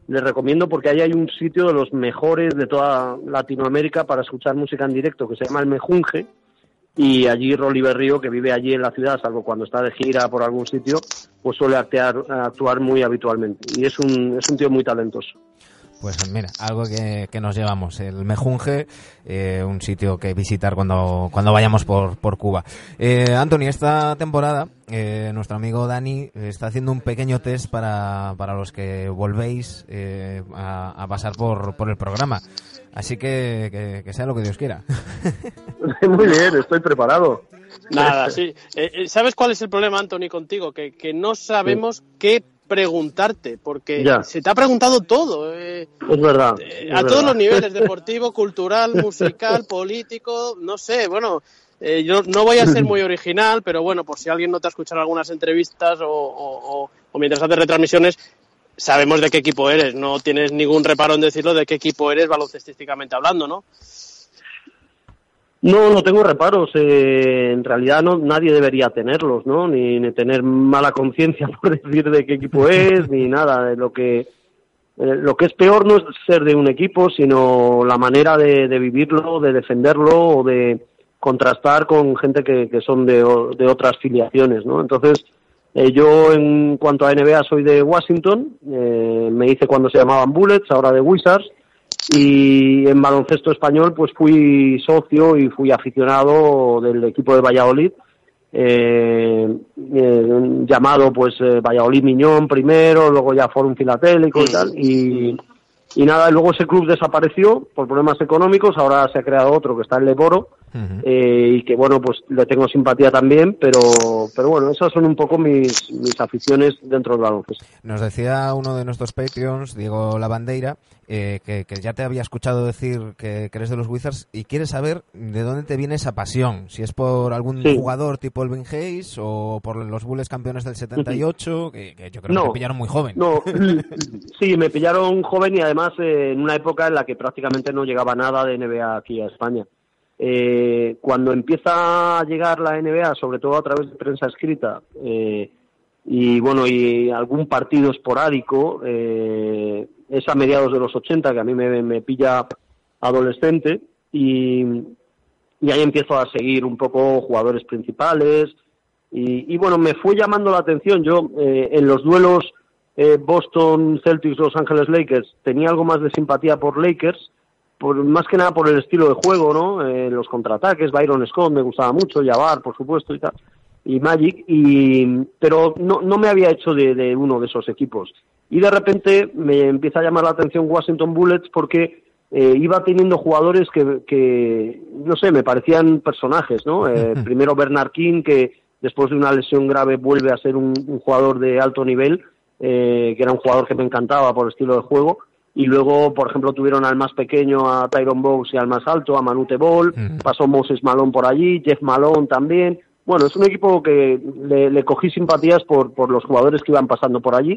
les recomiendo porque ahí hay un sitio de los mejores de toda Latinoamérica para escuchar música en directo que se llama El Mejunje, y allí Rolly Berrío, que vive allí en la ciudad, salvo cuando está de gira por algún sitio, pues suele actuar, actuar muy habitualmente, y es un, es un tío muy talentoso. Pues mira, algo que, que nos llevamos, el Mejunje, eh, un sitio que visitar cuando, cuando vayamos por, por Cuba. Eh, Anthony, esta temporada eh, nuestro amigo Dani está haciendo un pequeño test para, para los que volvéis eh, a, a pasar por, por el programa. Así que, que, que sea lo que Dios quiera. Muy bien, estoy preparado. Nada, sí. Eh, ¿Sabes cuál es el problema, Anthony, contigo? Que, que no sabemos sí. qué preguntarte, porque ya. se te ha preguntado todo. Eh, es verdad. Eh, es a verdad. todos los niveles, deportivo, cultural, musical, político, no sé, bueno, eh, yo no voy a ser muy original, pero bueno, por si alguien no te ha escuchado algunas entrevistas o, o, o, o mientras haces retransmisiones, sabemos de qué equipo eres, no tienes ningún reparo en decirlo de qué equipo eres baloncestísticamente hablando, ¿no? No, no tengo reparos. Eh, en realidad no, nadie debería tenerlos, ¿no? Ni, ni tener mala conciencia por decir de qué equipo es, ni nada. De lo que eh, lo que es peor no es ser de un equipo, sino la manera de, de vivirlo, de defenderlo o de contrastar con gente que, que son de, de otras filiaciones, ¿no? Entonces, eh, yo en cuanto a N B A soy de Washington, eh, me hice cuando se llamaban Bullets, ahora de Wizards. Y en baloncesto español pues fui socio y fui aficionado del equipo de Valladolid, eh, eh, llamado pues eh, Valladolid Miñón primero, luego ya Fórum Filatélico y tal, y, y nada, luego ese club desapareció por problemas económicos, ahora se ha creado otro que está en Leboro, uh-huh. eh, y que bueno, pues le tengo simpatía también, pero pero bueno, esas son un poco mis, mis aficiones dentro del baloncesto. Nos decía uno de nuestros Patreons, Diego Lavandeira, eh, que, que ya te había escuchado decir que, que eres de los Wizards y quiere saber de dónde te viene esa pasión, si es por algún sí. jugador tipo Elvin Hayes o por los Bulls campeones del setenta y ocho, que, que yo creo no, que te pillaron muy joven. No, sí, me pillaron joven y además eh, en una época en la que prácticamente no llegaba nada de N B A aquí a España. Eh, cuando empieza a llegar la N B A, sobre todo a través de prensa escrita, eh, y bueno, y algún partido esporádico, eh, es a mediados de los ochenta, que a mí me, me pilla adolescente, y, y ahí empiezo a seguir un poco jugadores principales, y, y bueno, me fue llamando la atención. Yo eh, en los duelos eh, Boston Celtics, Los Ángeles Lakers, tenía algo más de simpatía por Lakers, por, más que nada por el estilo de juego, ¿no? Eh, los contraataques, Byron Scott me gustaba mucho, Jabbar, por supuesto, y tal, y Magic, y pero no, no me había hecho de, de uno de esos equipos. Y de repente me empieza a llamar la atención Washington Bullets porque eh, iba teniendo jugadores que, que, no sé, me parecían personajes, ¿no? Eh, primero Bernard King, que después de una lesión grave vuelve a ser un, un jugador de alto nivel, eh, que era un jugador que me encantaba por el estilo de juego. Y luego, por ejemplo, tuvieron al más pequeño, a Tyrone Brooks, y al más alto, a Manute Ball, uh-huh. pasó Moses Malone por allí, Jeff Malone también. Bueno, es un equipo que le, le cogí simpatías por, por los jugadores que iban pasando por allí.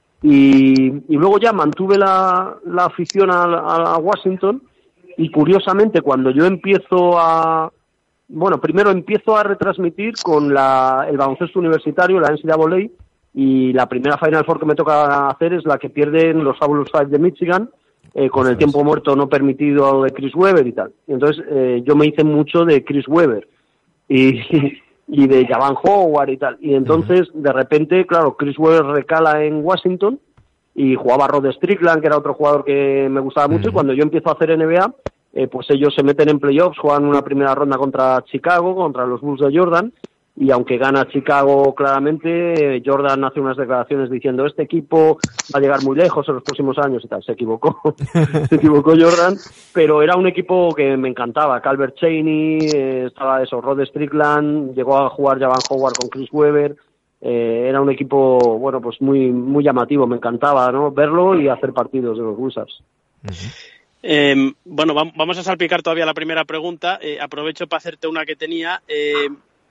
Y, y luego ya mantuve la, la afición a, a Washington, y curiosamente cuando yo empiezo a... Bueno, primero empiezo a retransmitir con la, el baloncesto universitario, la N C A A, y la primera Final Four que me toca hacer es la que pierden los Fabulous Five de Michigan, eh, con el tiempo muerto no permitido de Chris Webber y tal. Y entonces eh, yo me hice mucho de Chris Webber y, y de Javan Howard y tal. Y entonces, de repente, claro, Chris Webber recala en Washington y jugaba Rod Strickland, que era otro jugador que me gustaba mucho, uh-huh. y cuando yo empiezo a hacer N B A, eh, pues ellos se meten en playoffs, juegan una primera ronda contra Chicago, contra los Bulls de Jordan, y aunque gana Chicago claramente, Jordan hace unas declaraciones diciendo este equipo va a llegar muy lejos en los próximos años y tal. Se equivocó, se equivocó Jordan, pero era un equipo que me encantaba. Calvert Cheney, eh, estaba eso, Rod Strickland, llegó a jugar Javan Howard con Chris Webber, eh, era un equipo, bueno, pues muy muy llamativo, me encantaba, ¿no?, verlo y hacer partidos de los Wizards. Uh-huh. Eh, bueno, vamos a salpicar todavía la primera pregunta, eh, aprovecho para hacerte una que tenía. Eh,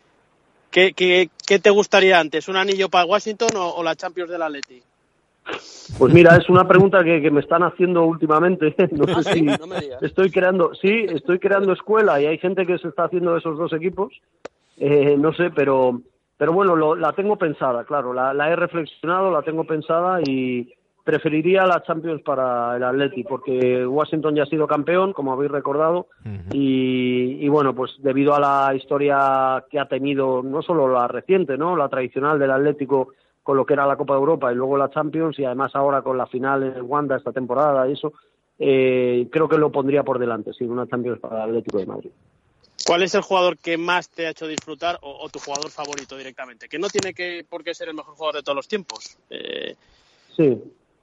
¿Qué, qué, ¿Qué te gustaría antes? ¿Un anillo para Washington o, o la Champions del Atleti? Pues mira, es una pregunta que, que me están haciendo últimamente. No ah, sé sí, si no me digas. Estoy creando, sí, estoy creando escuela y hay gente que se está haciendo de esos dos equipos. Eh, no sé, pero pero bueno, lo, la tengo pensada, claro, la, la he reflexionado, la tengo pensada y, preferiría la Champions para el Atleti, porque Washington ya ha sido campeón, como habéis recordado, uh-huh. y, y bueno, pues debido a la historia que ha tenido, no solo la reciente, ¿no? La tradicional del Atlético con lo que era la Copa de Europa y luego la Champions, y además ahora con la final en el Wanda esta temporada y eso, eh, creo que lo pondría por delante, sí, una Champions para el Atlético de Madrid. ¿Cuál es el jugador que más te ha hecho disfrutar o, o tu jugador favorito directamente? Que no tiene que por qué ser el mejor jugador de todos los tiempos. Eh... Sí.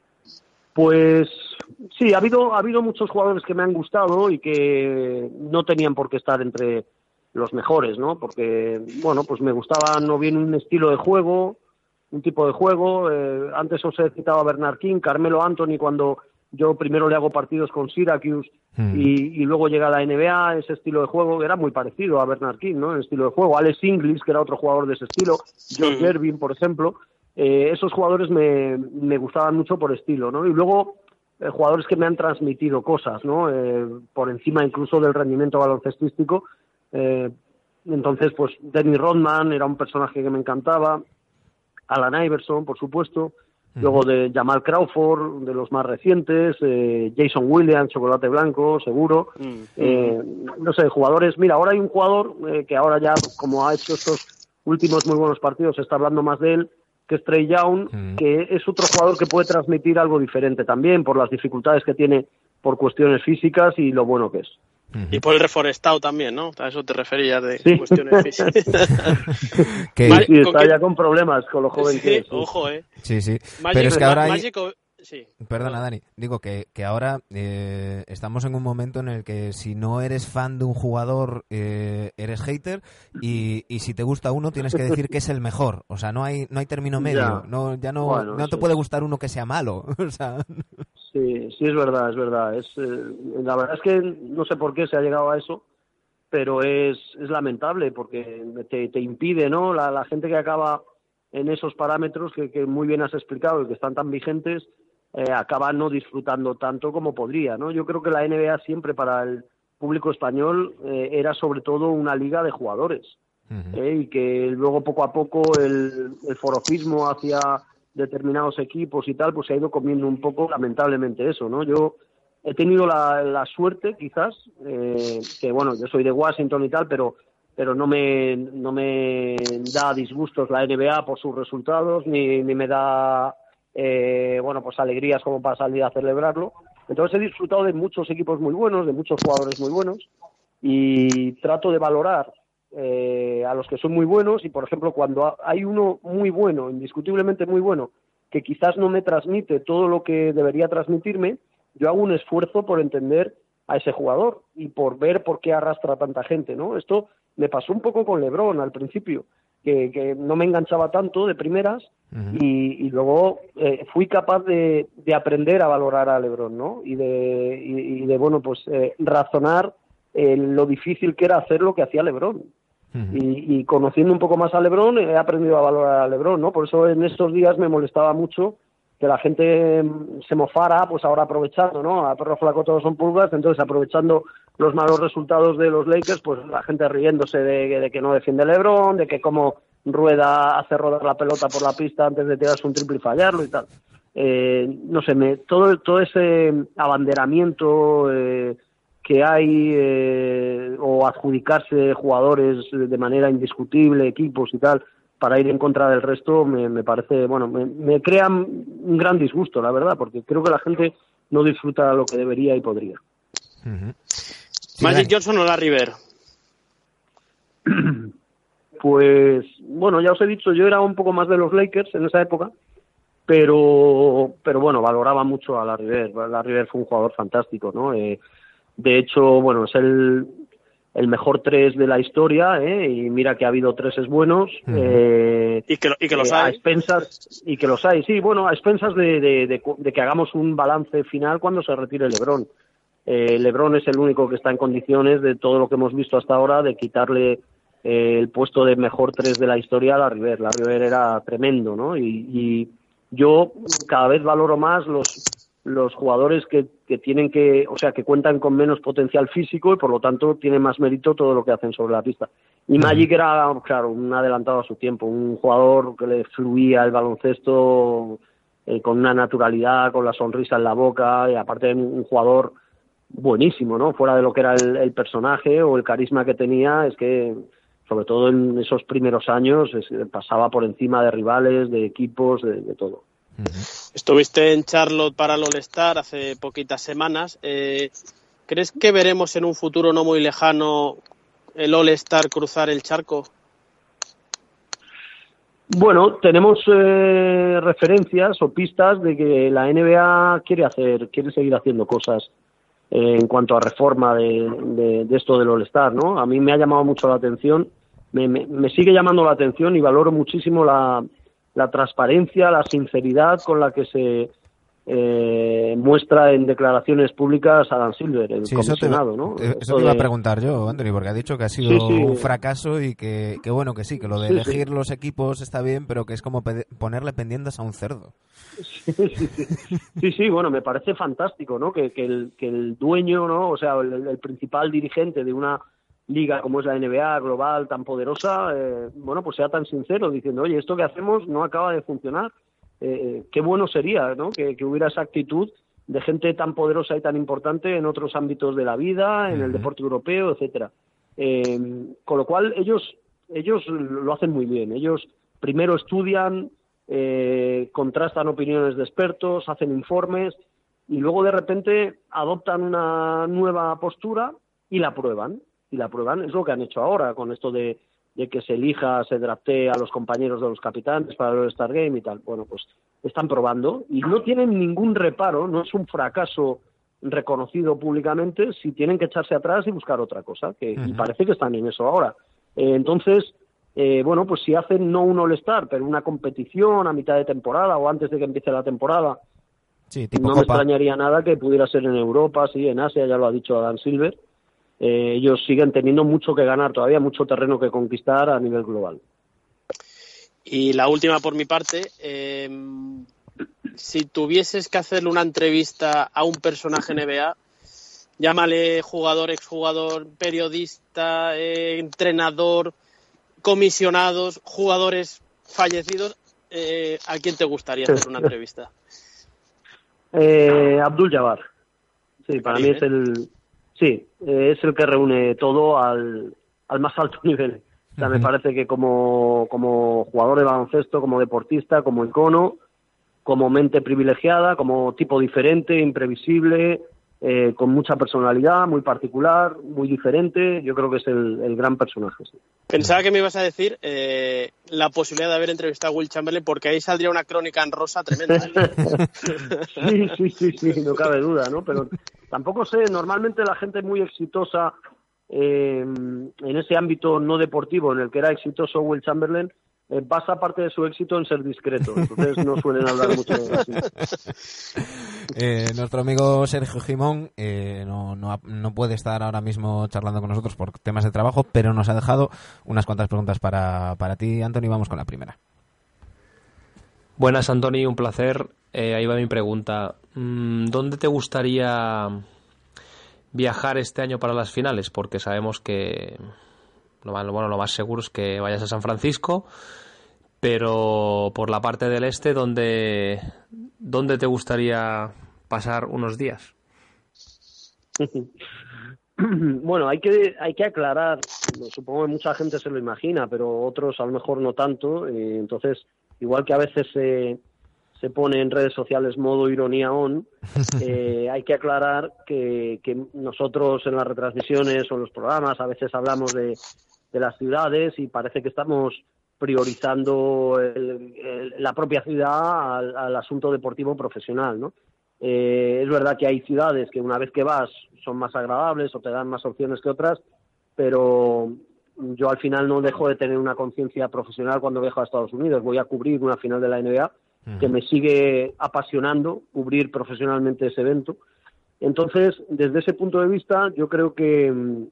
Pues sí, ha habido ha habido muchos jugadores que me han gustado y que no tenían por qué estar entre los mejores, ¿no? Porque, bueno, pues me gustaba no bien un estilo de juego, un tipo de juego. Eh, antes os he citado a Bernard King, Carmelo Anthony, cuando yo primero le hago partidos con Syracuse mm. y, y luego llega a la N B A, ese estilo de juego era muy parecido a Bernard King, ¿no? El estilo de juego. Alex Inglis, que era otro jugador de ese estilo, George mm. Gervin, por ejemplo. Eh, esos jugadores me, me gustaban mucho por estilo, ¿no? Y luego eh, jugadores que me han transmitido cosas, ¿no? Eh, por encima incluso del rendimiento baloncestístico. Eh, entonces, pues Dennis Rodman era un personaje que me encantaba, Alan Iverson, por supuesto, uh-huh. luego de Jamal Crawford, de los más recientes, eh, Jason Williams, Chocolate Blanco, seguro. Uh-huh. Eh, no sé, jugadores. Mira, ahora hay un jugador eh, que ahora ya, como ha hecho estos últimos muy buenos partidos, se está hablando más de él, que es Trae Young, mm. que es otro jugador que puede transmitir algo diferente también por las dificultades que tiene por cuestiones físicas y lo bueno que es. Mm-hmm. Y por el reforestado también, ¿no? A eso te referías de sí. cuestiones físicas. que... Sí, sí, está que... ya con problemas con lo joven sí, que es. Sí. Ojo, ¿eh? Sí, sí. Magic, Pero es que ahora hay... Magic... Sí. Perdona, Dani. Digo que, que ahora eh, estamos en un momento en el que si no eres fan de un jugador, eh, eres hater, y, y si te gusta uno tienes que decir que es el mejor. O sea, no hay no hay término medio. Ya, no, ya no, bueno, no te sí. puede gustar uno que sea malo. O sea... Sí, sí, es verdad, es verdad. Es, eh, la verdad es que no sé por qué se ha llegado a eso, pero es, es lamentable porque te, te impide, ¿no? La, la gente que acaba en esos parámetros que, que muy bien has explicado y que están tan vigentes, Eh, acaba no disfrutando tanto como podría, ¿no? Yo creo que la N B A siempre para el público español eh, era sobre todo una liga de jugadores uh-huh. eh, y que luego poco a poco el, el forofismo hacia determinados equipos y tal pues se ha ido comiendo un poco lamentablemente eso, ¿no? Yo he tenido la, la suerte quizás eh, que bueno, yo soy de Washington y tal, pero pero no me no me da disgustos la N B A por sus resultados ni, ni me da Eh, bueno, pues alegrías como para salir a celebrarlo. Entonces he disfrutado de muchos equipos muy buenos, de muchos jugadores muy buenos, y trato de valorar eh, a los que son muy buenos, y por ejemplo cuando hay uno muy bueno, indiscutiblemente muy bueno, que quizás no me transmite todo lo que debería transmitirme, yo hago un esfuerzo por entender a ese jugador y por ver por qué arrastra tanta gente, ¿no? Esto me pasó un poco con LeBron al principio, que, que no me enganchaba tanto de primeras, uh-huh. y, y luego eh, fui capaz de, de aprender a valorar a LeBron, ¿no? Y de, y, y de bueno, pues eh, razonar eh, lo difícil que era hacer lo que hacía LeBron. Uh-huh. Y, y conociendo un poco más a LeBron, he aprendido a valorar a LeBron, ¿no? Por eso en estos días me molestaba mucho que la gente se mofara, pues ahora aprovechando, ¿no? A perro flaco todos son pulgas, entonces aprovechando los malos resultados de los Lakers, pues la gente riéndose de, de que no defiende LeBron, de que como Rueda hace rodar la pelota por la pista antes de tirarse un triple y fallarlo y tal. Eh, no sé, me, todo, todo ese abanderamiento eh, que hay eh, o adjudicarse jugadores de manera indiscutible, equipos y tal, para ir en contra del resto, me, me parece, bueno, me, me crea un gran disgusto, la verdad, porque creo que la gente no disfruta lo que debería y podría. Uh-huh. Sí, Magic Johnson o Larry Bird. Pues, bueno, ya os he dicho, yo era un poco más de los Lakers en esa época, pero, pero bueno, valoraba mucho a Larry Bird. Larry Bird fue un jugador fantástico, ¿no? Eh, de hecho, bueno, es el el mejor tres de la historia, ¿eh? Y mira que ha habido treses buenos. Uh-huh. eh, y que, y que los eh, hay. A expensas, y que los hay, sí, bueno, a expensas de, de, de, de que hagamos un balance final cuando se retire LeBron. Eh, LeBron es el único que está en condiciones de todo lo que hemos visto hasta ahora de quitarle eh, el puesto de mejor tres de la historia a Larry Bird. Larry Bird era tremendo, ¿no? Y, y yo cada vez valoro más los los jugadores que, que tienen que, o sea, que cuentan con menos potencial físico y por lo tanto tiene más mérito todo lo que hacen sobre la pista. Y Magic era, claro, un adelantado a su tiempo, un jugador que le fluía el baloncesto eh, con una naturalidad, con la sonrisa en la boca, y aparte un, un jugador buenísimo, ¿no? Fuera de lo que era el, el personaje o el carisma que tenía, es que sobre todo en esos primeros años es, pasaba por encima de rivales, de equipos, de, de todo. Estuviste en Charlotte para el All-Star hace poquitas semanas. Eh, ¿Crees que veremos en un futuro no muy lejano el All-Star cruzar el charco? Bueno, tenemos eh, referencias o pistas de que la N B A quiere hacer, quiere seguir haciendo cosas eh, en cuanto a reforma de, de, de esto del All-Star, ¿no? A mí me ha llamado mucho la atención, me, me, me sigue llamando la atención y valoro muchísimo la, la transparencia, la sinceridad con la que se eh, muestra en declaraciones públicas Adam Silver, el sí, comisionado, eso te, ¿no? Eso te iba a preguntar yo, Anthony, porque ha dicho que ha sido sí, sí. un fracaso y que, que bueno, que sí, que lo de sí, elegir sí. los equipos está bien, pero que es como pe- ponerle pendientes a un cerdo. Sí, sí, sí. sí, sí, bueno, me parece fantástico, ¿no? Que, que, el, que el dueño, ¿no? O sea, el, el principal dirigente de una liga como es la N B A global tan poderosa, eh, bueno, pues sea tan sincero diciendo, oye, esto que hacemos no acaba de funcionar. Eh, qué bueno sería, ¿no? Que, que hubiera esa actitud de gente tan poderosa y tan importante en otros ámbitos de la vida, en uh-huh. el deporte europeo, etcétera. Eh, con lo cual ellos ellos lo hacen muy bien. Ellos primero estudian, eh, contrastan opiniones de expertos, hacen informes y luego de repente adoptan una nueva postura y la prueban. Y la prueban, es lo que han hecho ahora con esto de de que se elija, se draftee a los compañeros de los capitanes para el All-Star Game y tal. Bueno, pues están probando y no tienen ningún reparo, no es un fracaso reconocido públicamente si tienen que echarse atrás y buscar otra cosa, que uh-huh. y parece que están en eso ahora. Eh, entonces, eh, bueno, pues si hacen no un All-Star, pero una competición a mitad de temporada o antes de que empiece la temporada, sí, tipo no Copa. Me extrañaría nada que pudiera ser en Europa, sí, en Asia, ya lo ha dicho Adam Silver. Eh, ellos siguen teniendo mucho que ganar todavía, mucho terreno que conquistar a nivel global. Y la última por mi parte, eh, si tuvieses que hacerle una entrevista a un personaje N B A, llámale jugador, exjugador, periodista, eh, entrenador, comisionados, jugadores fallecidos, eh, ¿a quién te gustaría hacer una entrevista? Eh, Abdul Jabbar. Sí, para mí es el... Sí, eh, es el que reúne todo al, al más alto nivel. O sea, uh-huh. me parece que como, como jugador de baloncesto, como deportista, como icono, como mente privilegiada, como tipo diferente, imprevisible, eh, con mucha personalidad, muy particular, muy diferente, yo creo que es el, el gran personaje. Sí. Pensaba que me ibas a decir eh, la posibilidad de haber entrevistado a Will Chamberlain, porque ahí saldría una crónica en rosa tremenda. sí, sí, sí, sí, no cabe duda, ¿no? Pero tampoco sé, normalmente la gente muy exitosa eh, en ese ámbito no deportivo en el que era exitoso Will Chamberlain, eh, basa parte de su éxito en ser discreto, entonces no suelen hablar mucho de eso. Eh, nuestro amigo Sergio Gimón eh, no, no, no puede estar ahora mismo charlando con nosotros por temas de trabajo, pero nos ha dejado unas cuantas preguntas para, para ti, Anthony. Vamos con la primera. Buenas, Anthony, un placer. Eh, ahí va mi pregunta. ¿Dónde te gustaría viajar este año para las finales? Porque sabemos que lo más, bueno, lo más seguro es que vayas a San Francisco, pero por la parte del este, ¿dónde, dónde te gustaría pasar unos días? Bueno, hay que hay que aclarar, supongo que mucha gente se lo imagina, pero otros a lo mejor no tanto, eh, entonces, igual que a veces se, se pone en redes sociales modo ironía on, eh, hay que aclarar que, que nosotros en las retransmisiones o en los programas a veces hablamos de, de las ciudades y parece que estamos priorizando el, el, la propia ciudad al, al asunto deportivo profesional, ¿no? Eh, es verdad que hay ciudades que una vez que vas son más agradables o te dan más opciones que otras, pero yo al final no dejo de tener una conciencia profesional cuando viajo a Estados Unidos. Voy a cubrir una final de la N B A uh-huh. que me sigue apasionando cubrir profesionalmente ese evento. Entonces, desde ese punto de vista, yo creo que,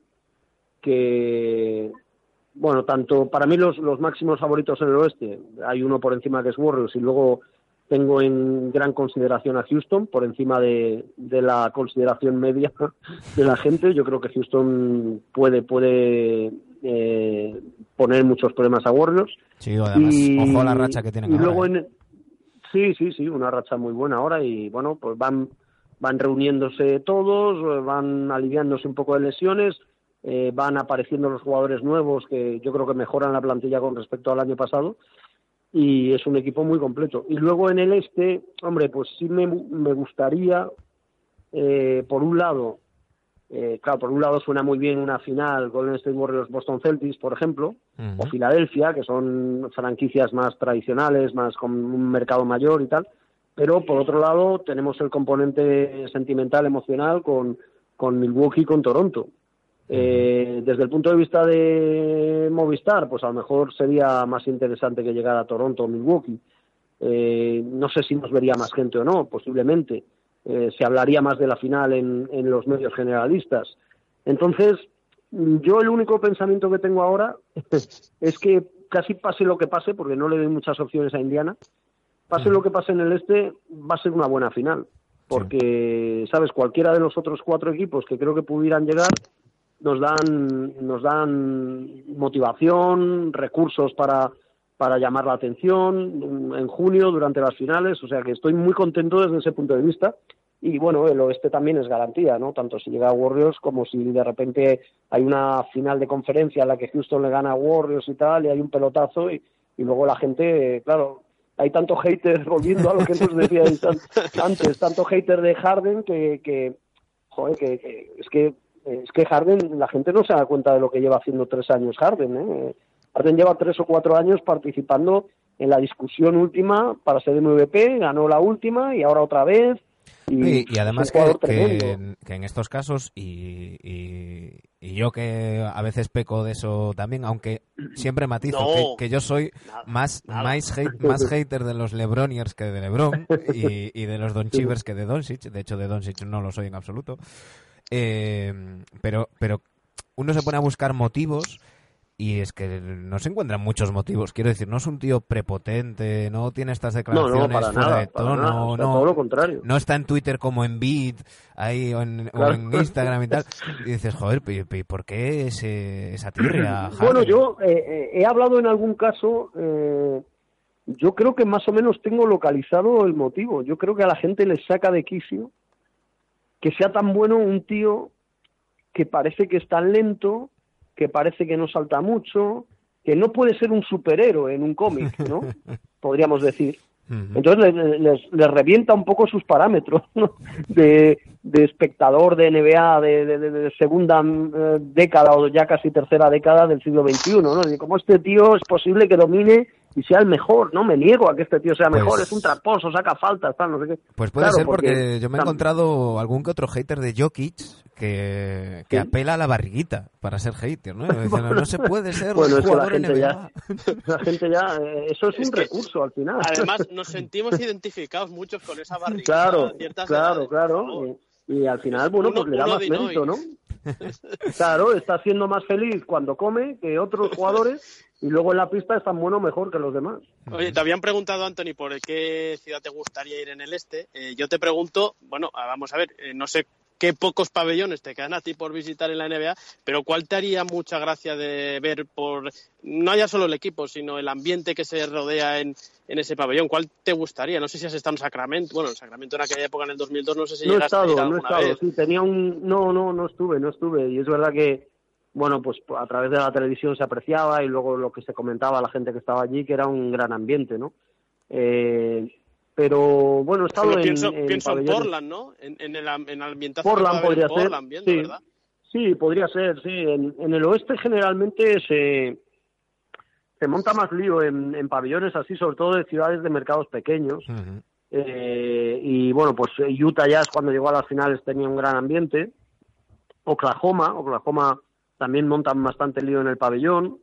que bueno, tanto para mí los, los máximos favoritos en el oeste, hay uno por encima que es Warriors y luego tengo en gran consideración a Houston, por encima de, de la consideración media de la gente. Yo creo que Houston puede puede eh, poner muchos problemas a Warriors. Sí, además, y, ojo a la racha que tienen y ahora. Luego en, Sí, sí, sí, una racha muy buena ahora y bueno, pues van van reuniéndose todos, van aliviándose un poco de lesiones, eh, van apareciendo los jugadores nuevos que yo creo que mejoran la plantilla con respecto al año pasado y es un equipo muy completo. Y luego en el este, hombre, pues sí me, me gustaría, eh, por un lado, eh, claro, por un lado suena muy bien una final Golden State Warriors Boston Celtics, por ejemplo, uh-huh. o Filadelfia, que son franquicias más tradicionales, más con un mercado mayor y tal, pero por otro lado tenemos el componente sentimental, emocional con, con Milwaukee y con Toronto. Eh, desde el punto de vista de Movistar, pues a lo mejor sería más interesante que llegara a Toronto o Milwaukee. Eh, no sé si nos vería más gente o no, posiblemente. Eh, se hablaría más de la final en, en los medios generalistas. Entonces, yo el único pensamiento que tengo ahora es que casi pase lo que pase, porque no le doy muchas opciones a Indiana, pase lo que pase en el este, va a ser una buena final. Porque, ¿sabes? Cualquiera de los otros cuatro equipos que creo que pudieran llegar nos dan nos dan motivación, recursos para para llamar la atención en junio durante las finales, o sea que estoy muy contento desde ese punto de vista y bueno, el oeste también es garantía, ¿no? Tanto si llega a Warriors como si de repente hay una final de conferencia en la que Houston le gana a Warriors y tal y hay un pelotazo y, y luego la gente, claro, hay tanto hater, volviendo a lo que nos decíais antes, tanto hater de Harden que, que joder, que, que es que es que Harden, la gente no se da cuenta de lo que lleva haciendo tres años Harden, ¿eh? Harden lleva tres o cuatro años participando en la discusión última para ser M V P, ganó la última y ahora otra vez. Y, y, y además que, que, en, que en estos casos, y, y, y yo que a veces peco de eso también, aunque siempre matizo no, que, que yo soy nada, más, nada. Más, hate, más hater de los LeBroniers que de LeBron y, y de los Donchivers que de Doncic. De hecho, de Doncic no lo soy en absoluto. Eh, pero pero uno se pone a buscar motivos y es que no se encuentran muchos motivos. Quiero decir, no es un tío prepotente, no tiene estas declaraciones no, no, para fuera nada, de tono, nada, no, todo lo contrario. No está en Twitter como en Beat ahí o en, claro. o en Instagram y tal. Y dices, joder, ¿y por qué ese, esa tirria? Bueno, yo eh, he hablado en algún caso, eh, yo creo que más o menos tengo localizado el motivo. Yo creo que a la gente le saca de quicio que sea tan bueno un tío que parece que es tan lento, que parece que no salta mucho, que no puede ser un superhéroe en un cómic, ¿no? Podríamos decir. Entonces les, les, les revienta un poco sus parámetros, ¿no? de, de espectador de N B A de, de, de segunda eh, década o ya casi tercera década del siglo veintiuno, ¿no? Y como este tío es posible que domine y sea el mejor, ¿no? Me niego a que este tío sea mejor, pues, es un tramposo, saca faltas, tal, no sé qué. Pues puede claro, ser porque, porque yo me he encontrado algún que otro hater de Jokic que, que ¿sí? apela a la barriguita para ser hater, ¿no? Dicen, no, no se puede ser bueno, jugador la gente N B A. Ya, la gente ya, eh, eso es, es un recurso al final. Además, nos sentimos identificados muchos con esa barriguita. Claro, a ciertas claro, edades, claro. Y, y al final, bueno, uno, pues le da más mérito, ¿no? Claro, está siendo más feliz cuando come que otros jugadores y luego en la pista es tan bueno o mejor que los demás. Oye, te habían preguntado, Anthony, por qué ciudad te gustaría ir en el este. Eh, yo te pregunto, bueno, vamos a ver, eh, no sé qué pocos pabellones te quedan a ti por visitar en la N B A, pero ¿cuál te haría mucha gracia de ver por, no ya solo el equipo, sino el ambiente que se rodea en, en ese pabellón? ¿Cuál te gustaría? No sé si has estado en Sacramento, bueno, en Sacramento en aquella época, en el dos mil dos, no sé si no llegaste he estado, a ir no he alguna estado, vez. Sí, tenía un, no, no, no estuve, no estuve, y es verdad que, bueno, pues a través de la televisión se apreciaba y luego lo que se comentaba a la gente que estaba allí, que era un gran ambiente, ¿no? Eh... Pero bueno, he estado Solo en, pienso, en pienso en pabellones. Portland, ¿no? En, en el, en el ambientazo Portland que podría en Portland, ser, viendo, sí, ¿verdad? Sí, podría ser, sí. En, en el oeste generalmente se, se monta más lío en, en pabellones así, sobre todo de ciudades de mercados pequeños. Uh-huh. eh, y bueno, pues Utah Jazz cuando llegó a las finales tenía un gran ambiente. Oklahoma, Oklahoma también montan bastante lío en el pabellón.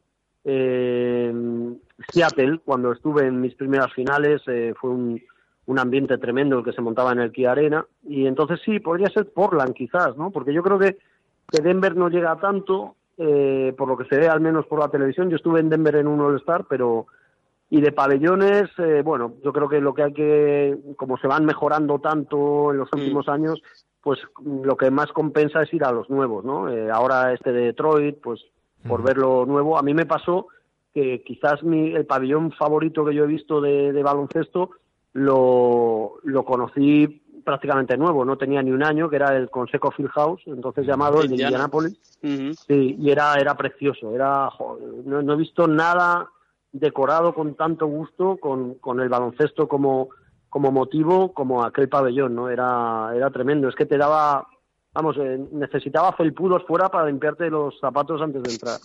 Eh, Seattle, cuando estuve en mis primeras finales, eh, fue un un ambiente tremendo el que se montaba en el Kia Arena, y entonces sí, podría ser Portland quizás, ¿no? Porque yo creo que, que Denver no llega tanto, eh, por lo que se ve al menos por la televisión. Yo estuve en Denver en un All-Star, pero y de pabellones, eh, bueno, yo creo que lo que hay que, como se van mejorando tanto en los últimos mm. años, pues lo que más compensa es ir a los nuevos, ¿no? Eh, ahora este de Detroit, pues por mm. ver lo nuevo, a mí me pasó que quizás mi, el pabellón favorito que yo he visto de, de baloncesto lo, lo conocí prácticamente nuevo, no tenía ni un año, que era el Conseco Fieldhouse, entonces llamado el de Indianápolis. Uh-huh. Sí, y era, era precioso, era joder, no, no he visto nada decorado con tanto gusto, con, con el baloncesto como, como motivo, como aquel pabellón, ¿no? Era, era tremendo, es que te daba, vamos, eh, necesitaba felpudos fuera para limpiarte los zapatos antes de entrar.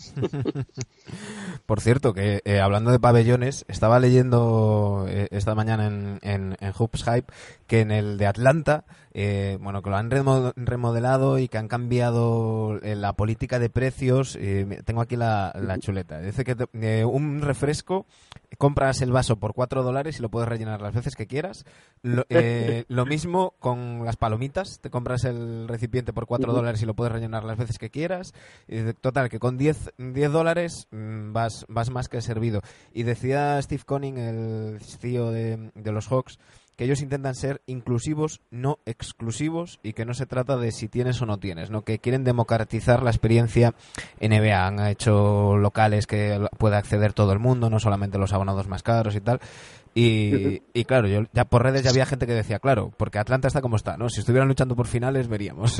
Por cierto, que eh, hablando de pabellones, estaba leyendo eh, esta mañana en, en, en Hoops Hype que en el de Atlanta, eh, bueno, que lo han remodelado y que han cambiado eh, la política de precios. Eh, tengo aquí la, la chuleta. Dice que te, eh, un refresco, compras el vaso por cuatro dólares y lo puedes rellenar las veces que quieras. Lo, eh, lo mismo con las palomitas, te compras el recipiente por cuatro dólares y lo puedes rellenar las veces que quieras. Eh, total, que con diez dólares mmm, vas, vas más que servido. Y decía Steve Conning, el C E O de, de los Hawks, que ellos intentan ser inclusivos, no exclusivos, y que no se trata de si tienes o no tienes, ¿no? Que quieren democratizar la experiencia N B A. Han hecho locales que pueda acceder todo el mundo, no solamente los abonados más caros y tal. Y, y claro, yo ya por redes ya había gente que decía, claro, porque Atlanta está como está, ¿no? Si estuvieran luchando por finales, veríamos.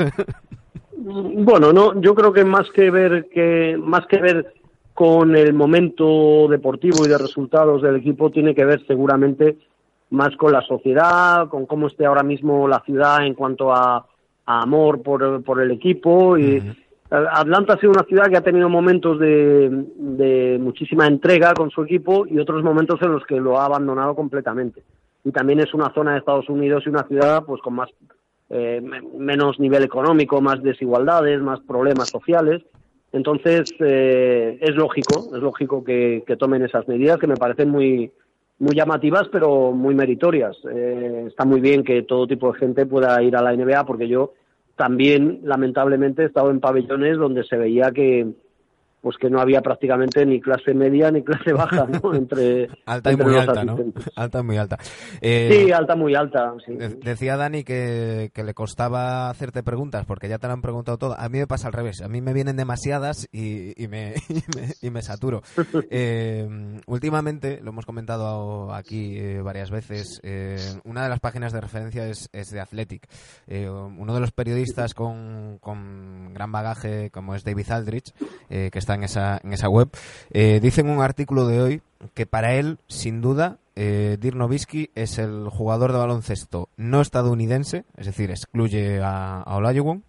Bueno, no, yo creo que más que ver que más que ver con el momento deportivo y de resultados del equipo, tiene que ver seguramente más con la sociedad, con cómo esté ahora mismo la ciudad en cuanto a, a amor por, por el equipo. Y uh-huh. Atlanta ha sido una ciudad que ha tenido momentos de, de muchísima entrega con su equipo y otros momentos en los que lo ha abandonado completamente. Y también es una zona de Estados Unidos y una ciudad pues con más eh, menos nivel económico, más desigualdades, más problemas sociales. Entonces eh, es lógico, es lógico que, que tomen esas medidas que me parecen muy muy llamativas, pero muy meritorias. Eh, está muy bien que todo tipo de gente pueda ir a la N B A, porque yo también, lamentablemente, he estado en pabellones donde se veía que pues que no había prácticamente ni clase media ni clase baja, ¿no? Entre alta y entre muy los alta, ¿no? asistentes. Alta y muy alta. Eh, sí, alta muy alta. Sí. de- decía Dani que, que le costaba hacerte preguntas porque ya te lo han preguntado todo. A mí me pasa al revés. A mí me vienen demasiadas y, y, me, y, me, y me saturo. Eh, últimamente, lo hemos comentado aquí eh, varias veces, eh, una de las páginas de referencia es, es de Athletic. Eh, uno de los periodistas con, con gran bagaje, como es David Aldridge, eh, que está en esa, en esa web, eh, dice en un artículo de hoy que para él, sin duda, eh, Dirk Nowitzki es el jugador de baloncesto no estadounidense, es decir, excluye a, a Olajuwon,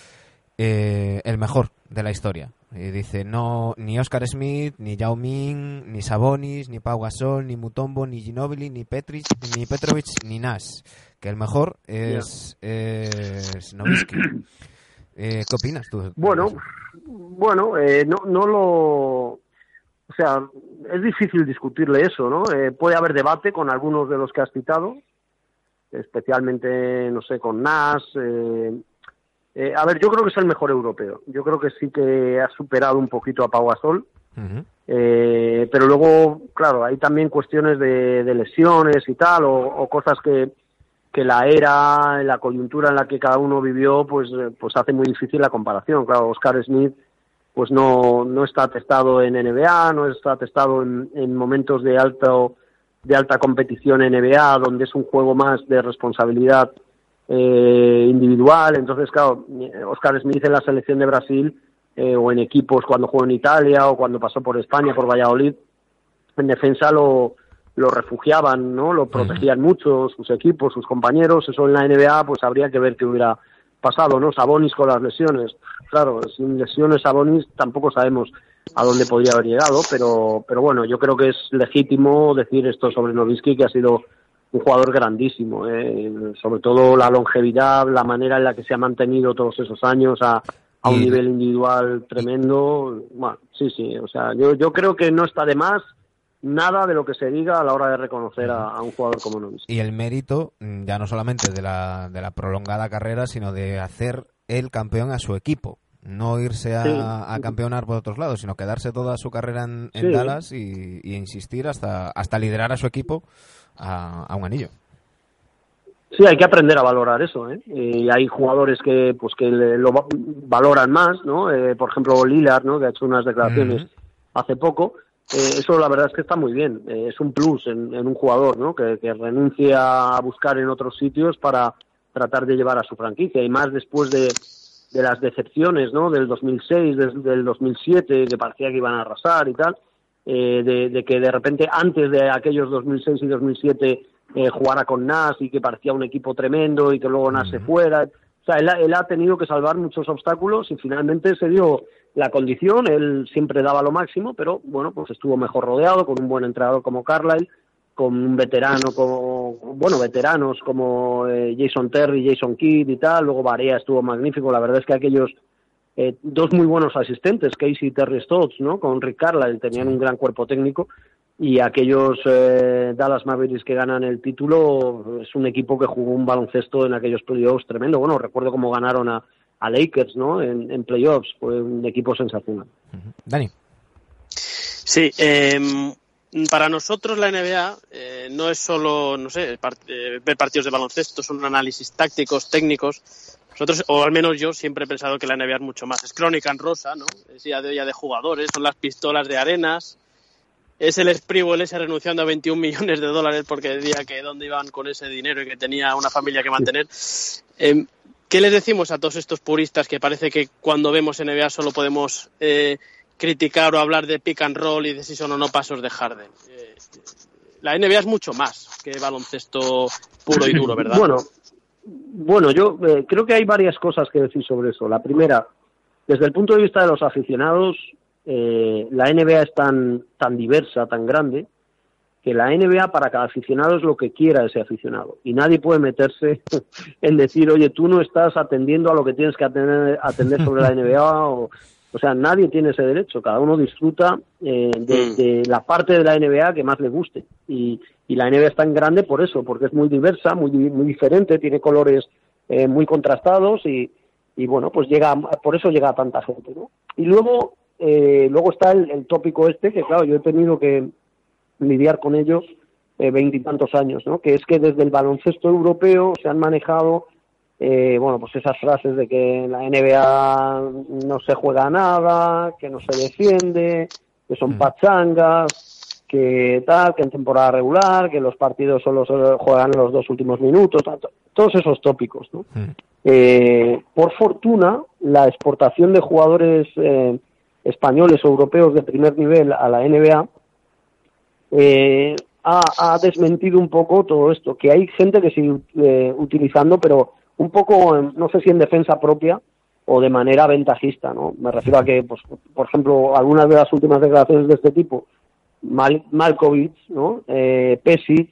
eh, el mejor de la historia. Eh, dice, no, ni Oscar Smith, ni Yao Ming, ni Sabonis, ni Pau Gasol, ni Mutombo, ni Ginobili, ni Petric, ni Petrovic, ni Nash, que el mejor es, yeah. es Nowitzki. Eh, ¿Qué opinas tú? Bueno, bueno, eh, no, no lo, o sea, es difícil discutirle eso, ¿no? Eh, puede haber debate con algunos de los que has citado, especialmente, no sé, con Nash. Eh, eh, a ver, yo creo que es el mejor europeo. Yo creo que sí que ha superado un poquito a Pau Gasol. Uh-huh. Eh, pero luego, claro, hay también cuestiones de, de lesiones y tal, o, o cosas que que la era, la coyuntura en la que cada uno vivió, pues pues hace muy difícil la comparación. Claro, Oscar Smith pues no no está testado en N B A, no está testado en, en momentos de alto de alta competición en N B A, donde es un juego más de responsabilidad eh, individual. Entonces, claro, Oscar Smith en la selección de Brasil eh, o en equipos cuando jugó en Italia o cuando pasó por España, por Valladolid, en defensa lo lo refugiaban, ¿no? Lo protegían uh-huh. mucho sus equipos, sus compañeros. Eso en la N B A pues habría que ver qué hubiera pasado, ¿no? Sabonis con las lesiones. Claro, sin lesiones Sabonis tampoco sabemos a dónde podría haber llegado, pero pero bueno, yo creo que es legítimo decir esto sobre Nowitzki, que ha sido un jugador grandísimo, ¿eh? Sobre todo la longevidad, la manera en la que se ha mantenido todos esos años a, a un y... nivel individual tremendo. Bueno, sí, sí, o sea, yo yo creo que no está de más nada de lo que se diga a la hora de reconocer a, a un jugador como Nowitzki. Y el mérito, ya no solamente de la, de la prolongada carrera, sino de hacer el campeón a su equipo. No irse a, sí. a campeonar por otros lados, sino quedarse toda su carrera en, en sí. Dallas y, y insistir hasta, hasta liderar a su equipo a, a un anillo. Sí, hay que aprender a valorar eso, ¿eh? Y hay jugadores que pues que lo valoran más, ¿no? Eh, por ejemplo, Lillard, ¿no? Que ha hecho unas declaraciones uh-huh. hace poco. eh, eso la verdad es que está muy bien, eh, es un plus en, en un jugador, ¿no? Que, que renuncia a buscar en otros sitios para tratar de llevar a su franquicia, y más después de, de las decepciones, ¿no? Del dos mil seis, del, del dos mil siete, que parecía que iban a arrasar y tal, eh, de, de que de repente antes de aquellos dos mil seis y dos mil siete eh, jugara con Nas y que parecía un equipo tremendo y que luego Nas uh-huh. se fuera. O sea, él, él ha tenido que salvar muchos obstáculos y finalmente se dio la condición. Él siempre daba lo máximo, pero bueno, pues estuvo mejor rodeado, con un buen entrenador como Carlisle, con un veterano como, bueno, veteranos como eh, Jason Terry, Jason Kidd y tal. Luego Barea estuvo magnífico. La verdad es que aquellos eh, dos muy buenos asistentes, Casey y Terry Stotts, ¿no? Con Rick Carlisle, tenían un gran cuerpo técnico. Y aquellos eh, Dallas Mavericks que ganan el título, es un equipo que jugó un baloncesto en aquellos playoffs tremendo. Bueno, recuerdo cómo ganaron a, a Lakers, ¿no? En, en playoffs, fue un equipo sensacional. Uh-huh. Dani. Sí, eh, para nosotros la N B A eh, no es solo, no sé, part- eh, ver partidos de baloncesto, son análisis tácticos, técnicos. Nosotros, o al menos yo, siempre he pensado que la N B A es mucho más. Es crónica en rosa, ¿no? Es ya de, ya de jugadores, son las pistolas de Arenas. Es el Sprewell ese renunciando a veintiún millones de dólares porque decía que dónde iban con ese dinero y que tenía una familia que mantener. Eh, ¿Qué les decimos a todos estos puristas que parece que cuando vemos N B A solo podemos eh, criticar o hablar de pick and roll y de si son o no pasos de Harden? Eh, la N B A es mucho más que baloncesto puro y duro, ¿verdad? Bueno, bueno yo eh, creo que hay varias cosas que decir sobre eso. La primera, desde el punto de vista de los aficionados, Eh, la N B A es tan tan diversa, tan grande, que la N B A para cada aficionado es lo que quiera ese aficionado, y nadie puede meterse en decir, oye, tú no estás atendiendo a lo que tienes que atender, atender sobre la N B A, o, o sea, nadie tiene ese derecho. Cada uno disfruta eh, de, de la parte de la N B A que más le guste, y, y la N B A es tan grande por eso, porque es muy diversa, muy muy diferente, tiene colores eh, muy contrastados, y, y bueno, pues llega, por eso llega a tanta gente, ¿no? Y luego Eh, luego está el, el tópico este, que claro, yo he tenido que lidiar con ellos veintitantos eh, años, ¿no? Que es que desde el baloncesto europeo se han manejado, eh, bueno, pues esas frases de que en la N B A no se juega nada, que no se defiende, que son pachangas, que tal, que en temporada regular, que los partidos solo, solo juegan los dos últimos minutos, tal, todos esos tópicos, ¿no? Mm. Eh, por fortuna, la exportación de jugadores eh, españoles o europeos de primer nivel a la N B A eh, ha, ha desmentido un poco todo esto, que hay gente que sigue eh, utilizando, pero un poco, no sé si en defensa propia o de manera ventajista, ¿no? Me refiero a que, pues, por ejemplo, algunas de las últimas declaraciones de este tipo, Mal, Malkovich, ¿no? Eh, Pesic,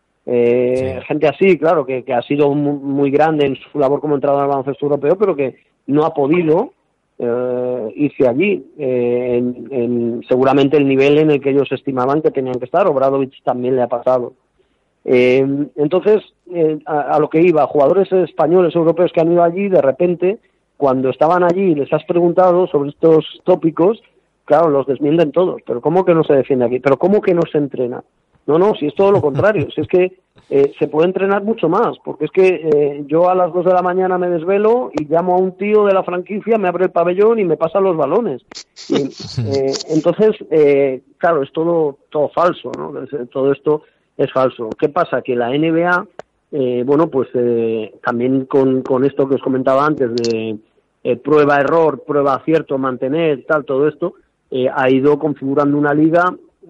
eh, sí. gente así, claro, que, que ha sido muy, muy grande en su labor como entrenador del baloncesto europeo, pero que no ha podido Eh, irse allí, eh, en, en seguramente el nivel en el que ellos estimaban que tenían que estar. Obradović también le ha pasado. Eh, entonces, eh, a, a lo que iba, jugadores españoles, europeos que han ido allí, de repente, cuando estaban allí y les has preguntado sobre estos tópicos, claro, los desmienten todos. Pero ¿cómo que no se defiende aquí? ¿Pero cómo que no se entrena? No, no, si es todo lo contrario, si es que eh, se puede entrenar mucho más, porque es que eh, yo a las dos de la mañana me desvelo y llamo a un tío de la franquicia, me abre el pabellón y me pasa los balones. Y, eh, entonces, eh, claro, es todo todo falso, ¿no? Todo esto es falso. ¿Qué pasa? Que la N B A, eh, bueno, pues eh, también con, con esto que os comentaba antes de eh, prueba-error, prueba-acierto, mantener, tal, todo esto, eh, ha ido configurando una liga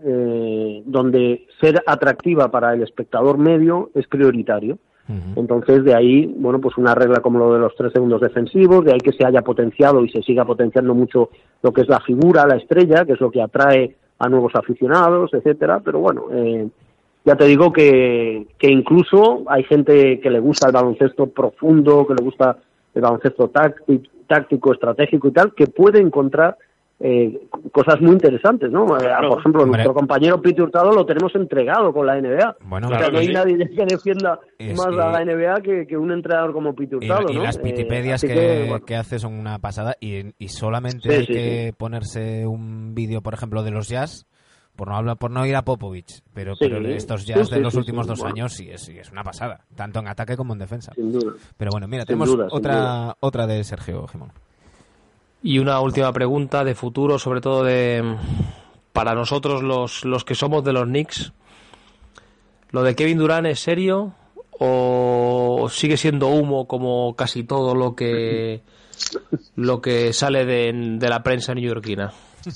Eh, donde ser atractiva para el espectador medio es prioritario. Uh-huh. Entonces, de ahí, bueno, pues una regla como lo de los tres segundos defensivos, de ahí que se haya potenciado y se siga potenciando mucho lo que es la figura, la estrella, que es lo que atrae a nuevos aficionados, etcétera. Pero bueno, eh, ya te digo que, que incluso hay gente que le gusta el baloncesto profundo, que le gusta el baloncesto táctico, táctico estratégico y tal, que puede encontrar Eh, cosas muy interesantes, ¿no? Claro. Por ejemplo, Hombre. nuestro compañero Piti Hurtado lo tenemos entregado con la N B A. Bueno, o sea, claro no hay sí. nadie que defienda es más que... a la N B A que, que un entrenador como Piti Hurtado, y, ¿no? Y las pitipedias eh, que, que, bueno. que hace son una pasada, y, y solamente sí, hay sí, que sí. ponerse un vídeo, por ejemplo, de los Jazz, por no hablar, por no ir a Popovich, pero, Sí, pero estos Jazz sí, de sí, los sí, últimos sí, dos bueno. años sí es, sí es una pasada, tanto en ataque como en defensa. Sin duda. Pero bueno, mira, Sin tenemos duda, sin otra duda. otra de Sergio Gimón. Y una última pregunta de futuro, sobre todo de para nosotros los, los que somos de los Knicks, ¿lo de Kevin Durant es serio o sigue siendo humo como casi todo lo que lo que sale de, de la prensa neoyorquina?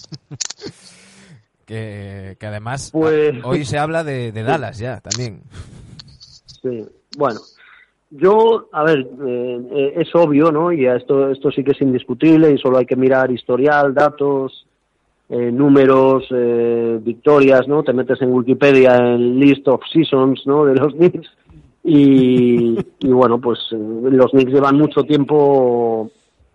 que, que además pues, hoy se habla de, de Dallas ya también. Sí, bueno, yo, a ver, eh, es obvio, ¿no? Y esto, esto sí que es indiscutible y solo hay que mirar historial, datos, eh, números, eh, victorias, ¿no? Te metes en Wikipedia en List of Seasons, ¿no? De los Knicks y, y bueno, pues los Knicks llevan mucho tiempo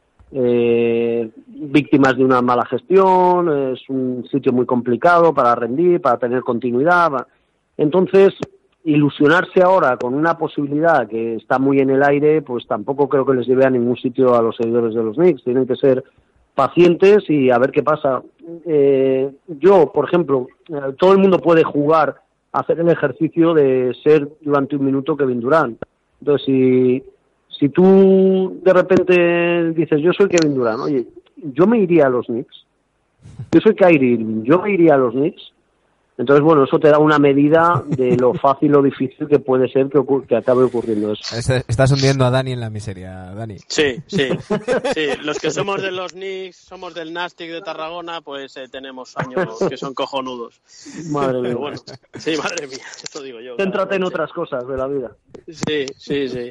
eh, víctimas de una mala gestión, es un sitio muy complicado para rendir, para tener continuidad. Entonces, ilusionarse ahora con una posibilidad que está muy en el aire, pues tampoco creo que les lleve a ningún sitio a los seguidores de los Knicks. Tienen que ser pacientes y a ver qué pasa. Eh, yo, por ejemplo, eh, todo el mundo puede jugar, hacer el ejercicio de ser durante un minuto Kevin Durant. Entonces, si, si tú de repente dices, yo soy Kevin Durant, oye, yo me iría a los Knicks, yo soy Kyrie Irving, yo me iría a los Knicks. Entonces, bueno, eso te da una medida de lo fácil o difícil que puede ser que, ocur- que acabe ocurriendo eso. Estás hundiendo a Dani en la miseria, Dani. Sí, sí, sí. Los que somos de los Knicks, somos del Nastic de Tarragona, pues eh, tenemos años que son cojonudos. Madre mía. Pero bueno, sí, madre mía, eso digo yo. Céntrate en otras cosas de la vida. Sí, sí, sí.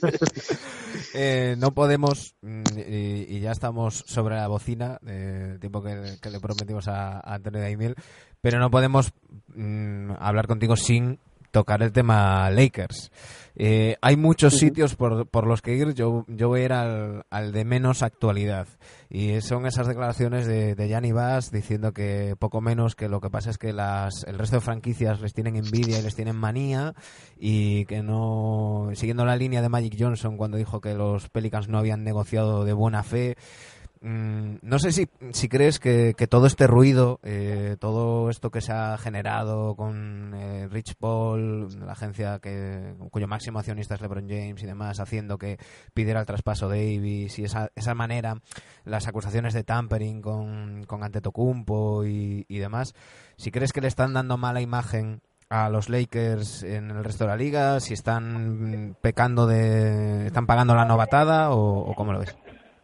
eh, no podemos, y, y ya estamos sobre la bocina, eh, el tiempo que, que le prometimos a, a Antonio Daimiel, pero no podemos mm, hablar contigo sin tocar el tema Lakers. Eh, hay muchos uh-huh. sitios por, por los que ir. Yo, yo voy a ir al, al de menos actualidad. Y son esas declaraciones de, de Gianni Bass diciendo que poco menos que lo que pasa es que las, el resto de franquicias les tienen envidia y les tienen manía, y que no, siguiendo la línea de Magic Johnson cuando dijo que los Pelicans no habían negociado de buena fe. Mm, no sé si, si crees que, que todo este ruido, eh, todo esto que se ha generado con eh, Rich Paul, la agencia que cuyo máximo accionista es LeBron James y demás, haciendo que pidiera el traspaso Davis, y esa, esa manera, las acusaciones de tampering con, con Antetokounmpo y, y demás, si crees que le están dando mala imagen a los Lakers en el resto de la liga, si están pecando de, están pagando la novatada o, o cómo lo ves.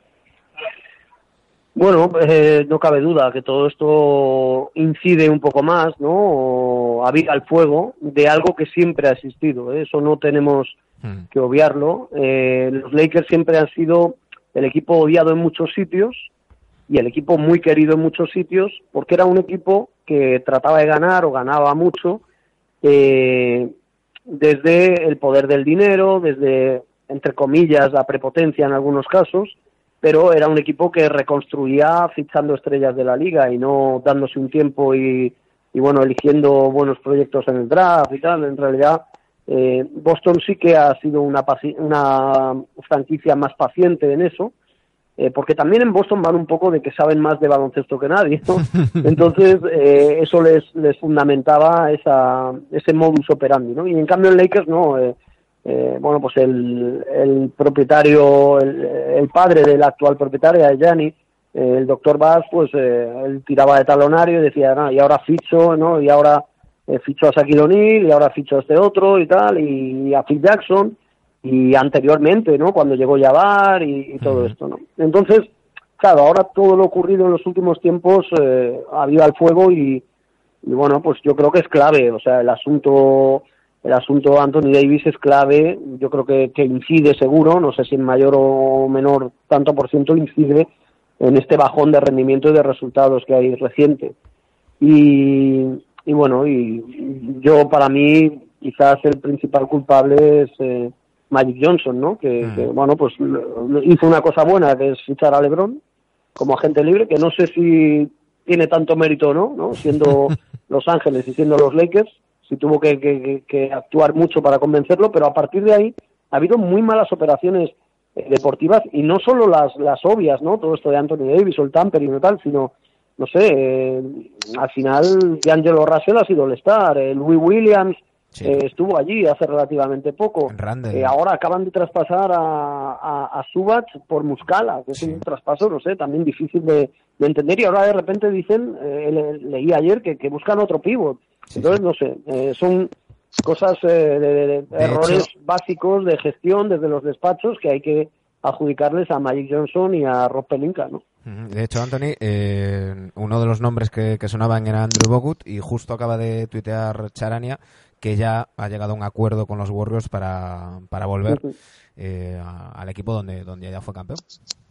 Bueno, eh, no cabe duda que todo esto incide un poco más, ¿no? O aviva el fuego de algo que siempre ha existido, ¿eh? Eso no tenemos hmm. que obviarlo. Eh, los Lakers siempre han sido el equipo odiado en muchos sitios y el equipo muy querido en muchos sitios, porque era un equipo que trataba de ganar o ganaba mucho eh, desde el poder del dinero, desde, entre comillas, la prepotencia en algunos casos, pero era un equipo que reconstruía fichando estrellas de la liga y no dándose un tiempo y, y bueno, eligiendo buenos proyectos en el draft y tal. En realidad, eh, Boston sí que ha sido una, paci- una franquicia más paciente en eso, eh, porque también en Boston van un poco de que saben más de baloncesto que nadie, ¿no? Entonces, eh, eso les, les fundamentaba esa, ese modus operandi, ¿no? Y en cambio en Lakers no, eh, Eh, bueno, pues el, el propietario, el, el padre del actual propietario, de Gianni, eh, el doctor Bass, pues eh, él tiraba de talonario y decía, no, y ahora ficho, ¿no? Y ahora eh, ficho a Shaquille O'Neal, y ahora ficho a este otro y tal, y, y a Phil Jackson, y anteriormente, ¿no? Cuando llegó Jabbar y, y todo uh-huh. esto, ¿no? Entonces, claro, ahora todo lo ocurrido en los últimos tiempos eh, aviva el fuego y, y bueno, pues yo creo que es clave, o sea, el asunto... El asunto Anthony Davis es clave, yo creo que, que incide seguro, no sé si en mayor o menor tanto por ciento incide en este bajón de rendimiento y de resultados que hay reciente. Y, y bueno, y yo para mí quizás el principal culpable es eh, Magic Johnson, ¿no? Que, mm. que bueno, pues hizo una cosa buena, que es fichar a LeBron como agente libre, que no sé si tiene tanto mérito o no, ¿no? Siendo Los Ángeles y siendo los Lakers, si tuvo que, que, que actuar mucho para convencerlo, pero a partir de ahí ha habido muy malas operaciones eh, deportivas, y no solo las, las obvias, ¿no? Todo esto de Anthony Davis o el tampering y tal, sino, no sé, eh, al final D'Angelo Russell ha sido el star, eh, Louis Williams Sí. Eh, estuvo allí hace relativamente poco. Eh, ahora acaban de traspasar a, a, a Subac por Muscala, que es sí. un traspaso, no sé, también difícil de, de entender. Y ahora de repente dicen, eh, le, leí ayer, que, que buscan otro pívot. Sí, Entonces, sí. no sé, eh, son cosas, eh, de, de, de, de errores hecho, básicos de gestión desde los despachos que hay que adjudicarles a Magic Johnson y a Rob Pelinka, ¿no? De hecho, Anthony, eh, uno de los nombres que, que sonaban era Andrew Bogut, y justo acaba de tuitear Charania que ya ha llegado a un acuerdo con los Warriors para, para volver eh, a, al equipo donde, donde ya fue campeón.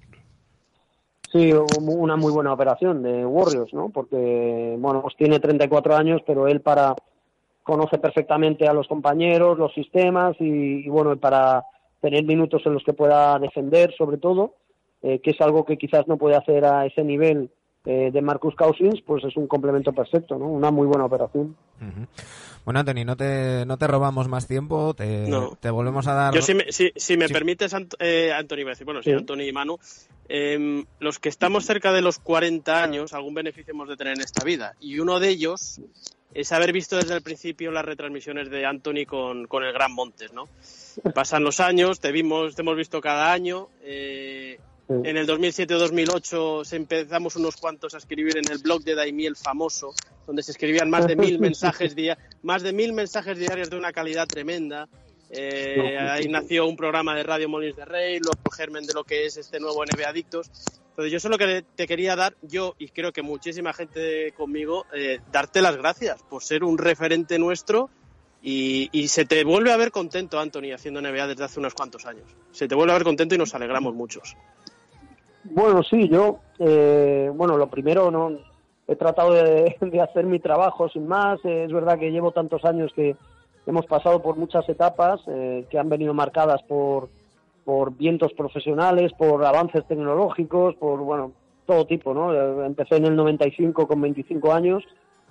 Sí, una muy buena operación de Warriors, ¿no? Porque, bueno, pues tiene treinta y cuatro años, pero él para conoce perfectamente a los compañeros, los sistemas y, y bueno, para tener minutos en los que pueda defender, sobre todo, eh, que es algo que quizás no puede hacer a ese nivel eh, de Marcus Cousins, pues es un complemento perfecto, ¿no? Una muy buena operación. Uh-huh. Bueno, Anthony, no te no te robamos más tiempo, te, no. te volvemos a dar... Yo, si me, si, si me sí. permites, Ant- eh, Anthony, iba a decir, bueno, sí, sí Anthony y Manu, eh, los que estamos cerca de los cuarenta años, algún beneficio hemos de tener en esta vida, y uno de ellos es haber visto desde el principio las retransmisiones de Anthony con, con el Gran Montes, ¿no? Pasan los años, te vimos, te hemos visto cada año, eh, sí. en el dos mil siete o dos mil ocho se empezamos unos cuantos a escribir en el blog de Daimiel famoso, donde se escribían más de mil mensajes dia- más de mil mensajes diarios de una calidad tremenda. Eh, ahí nació un programa de Radio Molins de Rey, luego el germen de lo que es este nuevo N B A Adictos. Entonces yo solo que te quería dar, yo y creo que muchísima gente conmigo, eh, darte las gracias por ser un referente nuestro y, y se te vuelve a ver contento, Anthony, haciendo N B A desde hace unos cuantos años. Se te vuelve a ver contento y nos alegramos muchos. Bueno, sí, yo, eh, bueno, lo primero, no he tratado de, de hacer mi trabajo sin más. Eh, es verdad que llevo tantos años que hemos pasado por muchas etapas eh, que han venido marcadas por por vientos profesionales, por avances tecnológicos, por, bueno, todo tipo, ¿no? Empecé en el noventa y cinco con veinticinco años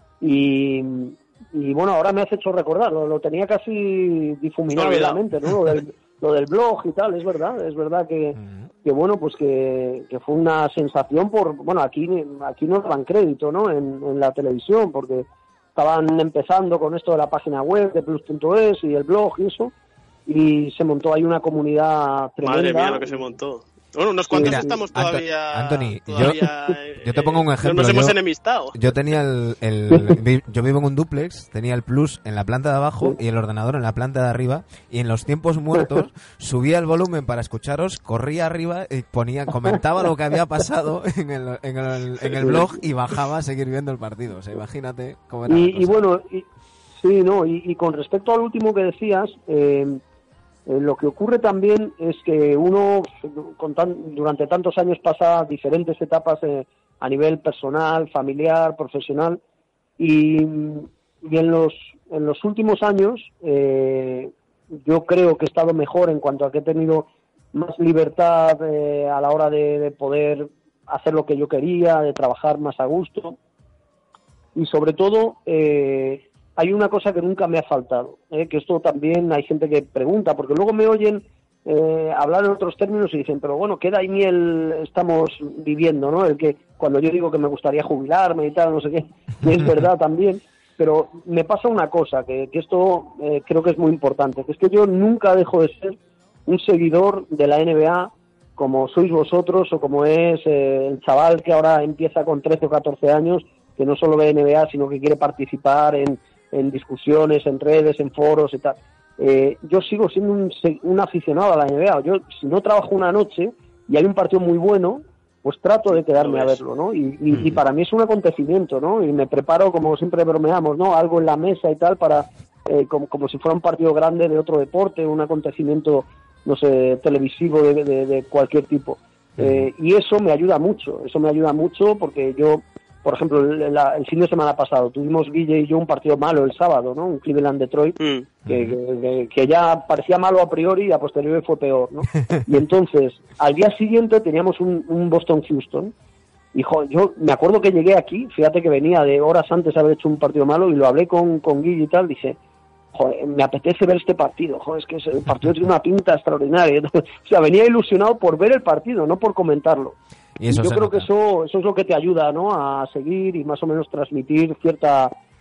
y, y bueno, ahora me has hecho recordar, lo, lo tenía casi difuminado en la mente, ¿no? Lo del, lo del blog y tal, es verdad, es verdad que, uh-huh. que bueno, pues que, que fue una sensación por, bueno, aquí, aquí no dan crédito, ¿no? En, en la televisión, porque estaban empezando con esto de la página web de plus punto es y el blog y eso, y se montó ahí una comunidad tremenda. Madre mía, lo que se montó. Bueno, unos cuantos Mira, estamos todavía... Anthony, todavía, yo, eh, yo te pongo un ejemplo. No nos hemos yo, enemistado. Yo tenía el, el... Yo vivo en un dúplex, tenía el Plus en la planta de abajo y el ordenador en la planta de arriba, y en los tiempos muertos subía el volumen para escucharos, corría arriba y ponía, comentaba lo que había pasado en el, en el, en el blog y bajaba a seguir viendo el partido. O sea, imagínate cómo era. Y, y bueno, y, sí, no, y, y con respecto al último que decías... Eh, Eh, lo que ocurre también es que uno con tan, durante tantos años pasa diferentes etapas eh, a nivel personal, familiar, profesional y, y en los en los últimos años eh, yo creo que he estado mejor en cuanto a que he tenido más libertad eh, a la hora de, de poder hacer lo que yo quería, de trabajar más a gusto y sobre todo eh, hay una cosa que nunca me ha faltado, ¿eh? Que esto también hay gente que pregunta, porque luego me oyen eh, hablar en otros términos y dicen, pero bueno, ¿qué Daimiel estamos viviendo, no? El que cuando yo digo que me gustaría jubilarme y tal, no sé qué, que es verdad también, pero me pasa una cosa, que, que esto eh, creo que es muy importante, que es que yo nunca dejo de ser un seguidor de la N B A como sois vosotros o como es eh, el chaval que ahora empieza con trece o catorce años, que no solo ve N B A, sino que quiere participar en en discusiones, en redes, en foros y tal. Eh, yo sigo siendo un, un aficionado a la N B A. Yo, si no trabajo una noche y hay un partido muy bueno, pues trato de quedarme a verlo, ¿no? Y, y, mm. y para mí es un acontecimiento, ¿no? Y me preparo, como siempre bromeamos, ¿no? Algo en la mesa y tal para, eh, como, como si fuera un partido grande de otro deporte, un acontecimiento, no sé, televisivo de, de, de cualquier tipo. Mm. Eh, y eso me ayuda mucho, eso me ayuda mucho porque yo... Por ejemplo, el, la, el fin de semana pasado tuvimos Guille y yo un partido malo el sábado, ¿no? Un Cleveland-Detroit, mm. que, que, que ya parecía malo a priori y a posteriori fue peor, ¿no? Y entonces, al día siguiente teníamos un, un Boston-Houston. Y jo, yo me acuerdo que llegué aquí, fíjate que venía de horas antes de haber hecho un partido malo y lo hablé con, con Guille y tal, dije, joder, me apetece ver este partido, joder, es que el partido tiene una pinta extraordinaria. O sea, venía ilusionado por ver el partido, no por comentarlo. Y eso yo creo nota. que eso eso es lo que te ayuda, ¿no? A seguir y más o menos transmitir cierta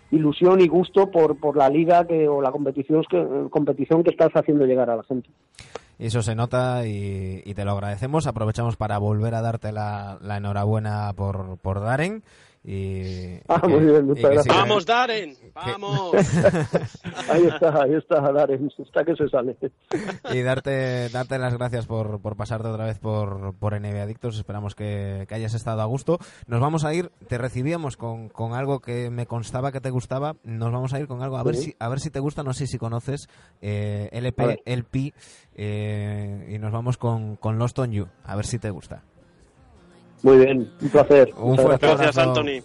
ilusión y gusto por, por la liga que, o la competición que, competición que estás haciendo llegar a la gente. Eso se nota y, y te lo agradecemos. Aprovechamos para volver a darte la, la enhorabuena por, por Darren. Y, ah, y que, muy bien, muchas gracias. Que, ¡Vamos, Darren! ¡Vamos! ahí está, ahí está, Darren, está que se sale. Y darte darte las gracias por, por pasarte otra vez por, por N B A Adictos. Esperamos que, que hayas estado a gusto. Nos vamos a ir, te recibíamos con, con algo que me constaba que te gustaba. Nos vamos a ir con algo, a ver si a ver si te gusta, no sé si conoces eh, L P, L P, eh, y nos vamos con, con Lost on You, a ver si te gusta. Muy bien, un placer. Un fuerte gracias, abrazo. Anthony.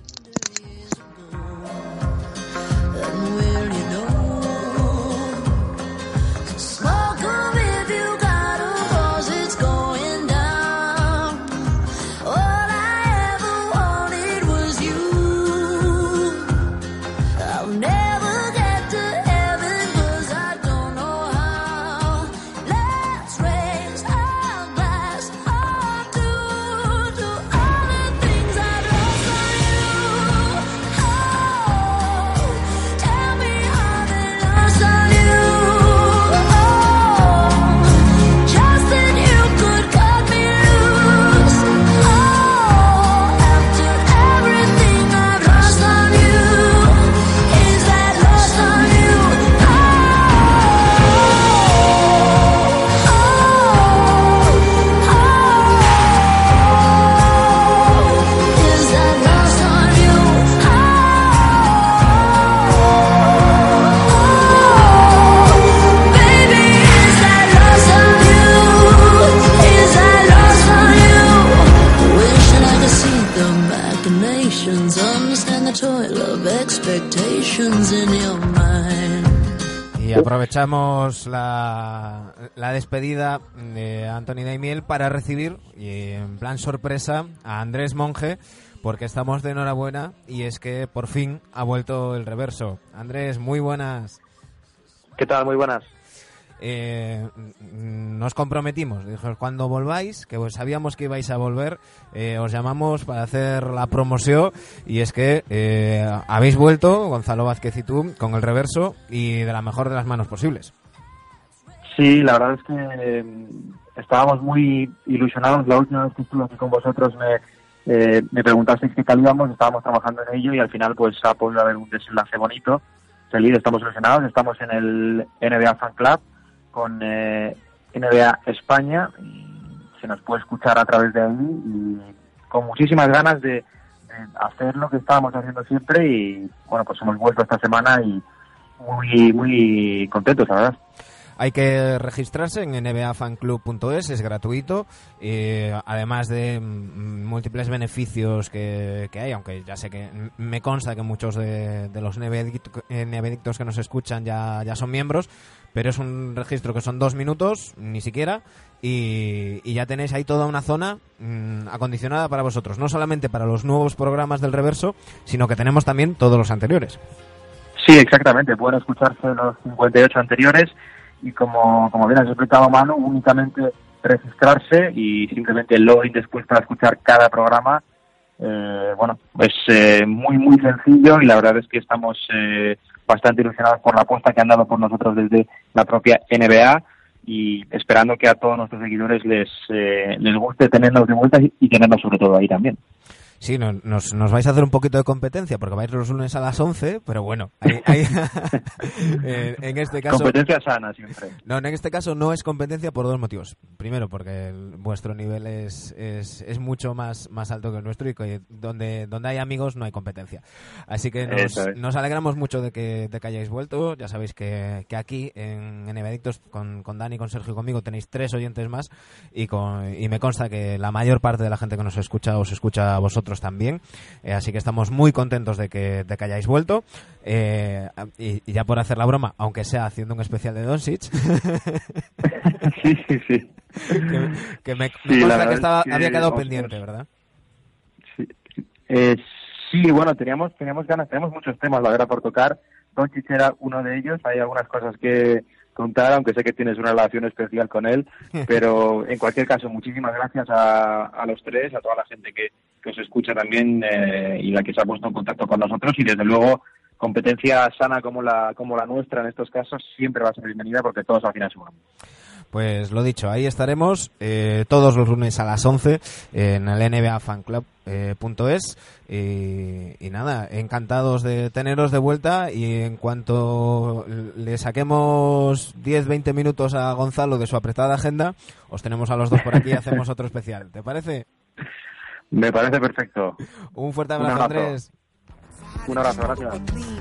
Y aprovechamos la, la despedida de Anthony Daimiel para recibir, y en plan sorpresa, a Andrés Monge, porque estamos de enhorabuena y es que por fin ha vuelto el reverso. Andrés, muy buenas. ¿Qué tal? Muy buenas. Eh, nos comprometimos, dijo, cuando volváis, que pues sabíamos que ibais a volver, eh, os llamamos para hacer la promoción, y es que eh, habéis vuelto, Gonzalo Vázquez y tú, con el reverso y de la mejor de las manos posibles. Sí, la verdad es que eh, estábamos muy ilusionados. La última vez que estuve aquí con vosotros me, eh, me preguntasteis qué tal íbamos, estábamos trabajando en ello y al final pues ha podido haber un desenlace bonito. Feliz, estamos ilusionados, estamos en el N B A Fan Club con eh, N B A España, y se nos puede escuchar a través de ahí y con muchísimas ganas de, de hacer lo que estábamos haciendo siempre, y bueno, pues hemos vuelto esta semana y muy muy contentos, la verdad. Hay que registrarse en N B A fan club punto es, es gratuito, eh, además de m- múltiples beneficios que, que hay, aunque ya sé que m- me consta que muchos de, de los N B A adictos que nos escuchan ya, ya son miembros, pero es un registro que son dos minutos, ni siquiera, y, y ya tenéis ahí toda una zona mmm, acondicionada para vosotros, no solamente para los nuevos programas del Reverso, sino que tenemos también todos los anteriores. Sí, exactamente, pueden escucharse los cincuenta y ocho anteriores. Y como, como bien has explicado, Manu, únicamente registrarse y simplemente el login después para escuchar cada programa. Eh, bueno, es eh, muy, muy sencillo, y la verdad es que estamos eh, bastante ilusionados por la apuesta que han dado por nosotros desde la propia N B A, y esperando que a todos nuestros seguidores les, eh, les guste tenernos de vuelta y, y tenernos sobre todo ahí también. Sí, no, nos, nos vais a hacer un poquito de competencia porque vais los lunes a las once, pero bueno, hay, hay, en, en este caso... Competencia sana siempre. No, en este caso no es competencia por dos motivos. Primero, porque el, vuestro nivel es, es, es mucho más, más alto que el nuestro, y que donde, donde hay amigos no hay competencia. Así que nos, nos alegramos mucho de que, de que hayáis vuelto. Ya sabéis que, que aquí en N B A Adictos, con, con Dani, con Sergio y conmigo, tenéis tres oyentes más, y, con, y me consta que la mayor parte de la gente que nos escucha os escucha a vosotros también, eh, así que estamos muy contentos de que, de que hayáis vuelto, eh, y, y ya por hacer la broma, aunque sea haciendo un especial de Doncic. Sí, sí, sí. Que, que me, sí, me consta que, estaba, que había quedado os, pendiente, ¿verdad? Sí, eh, sí, bueno, teníamos, teníamos ganas, tenemos muchos temas, la verdad, por tocar. Doncic era uno de ellos, hay algunas cosas que contar, aunque sé que tienes una relación especial con él, pero en cualquier caso, muchísimas gracias a, a los tres, a toda la gente que, que os escucha también, eh, y la que se ha puesto en contacto con nosotros, y desde luego competencia sana como la como la nuestra en estos casos siempre va a ser bienvenida porque todos al final sumamos. Pues lo dicho, ahí estaremos eh, todos los lunes a las once en el N B A Fan Club punto es y, y nada, encantados de teneros de vuelta y en cuanto le saquemos diez veinte minutos a Gonzalo de su apretada agenda, os tenemos a los dos por aquí y hacemos otro especial. ¿Te parece? Me parece perfecto. Un fuerte abrazo, Un abrazo. Andrés. Un abrazo, gracias.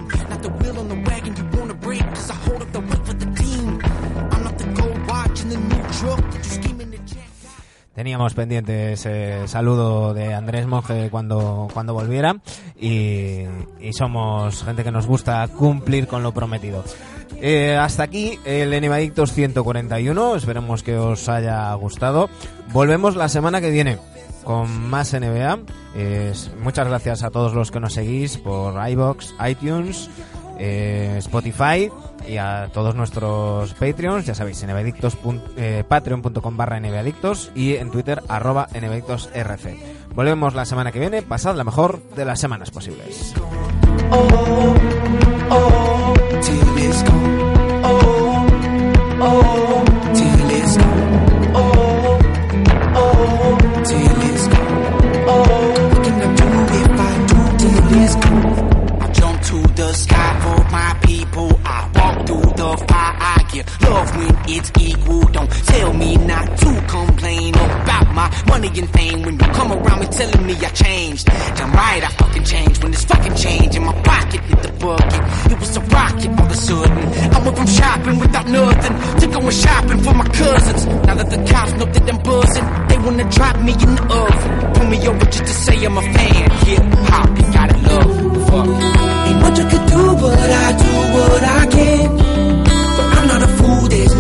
Teníamos pendiente ese saludo de Andrés Monge cuando, cuando volviera y, y somos gente que nos gusta cumplir con lo prometido. Eh, hasta aquí el N B A Adictos ciento cuarenta y uno, esperemos que os haya gustado. Volvemos la semana que viene con más N B A. Eh, muchas gracias a todos los que nos seguís por iVoox, iTunes, eh, Spotify y a todos nuestros Patreons, ya sabéis, nbadictos, eh, patreon.com barra nbadictos y en Twitter arroba nbadictosrc. Volvemos la semana que viene, pasad la mejor de las semanas posibles. Oh, oh, till it's gone. Oh, oh, till it's gone. Oh, oh, till it's gone. Oh, what can I do if I do till it's gone? I jump to the sky for my people. I walk through the fire. I give love when it's equal. Don't tell me not to complain about my money and fame. When you come around me telling me I changed, damn right I fucking changed. When this fucking change in my pocket hit the bucket, it was a rocket all of a sudden. I went from shopping without nothing to going shopping for my cousins. Now that the cops know that I'm buzzing, they wanna drop me in the oven. Pull me over just to say I'm a fan. Hip hop, you gotta love. Fuck. Ain't much I could do, but I do what I can. But I'm not a fool, there's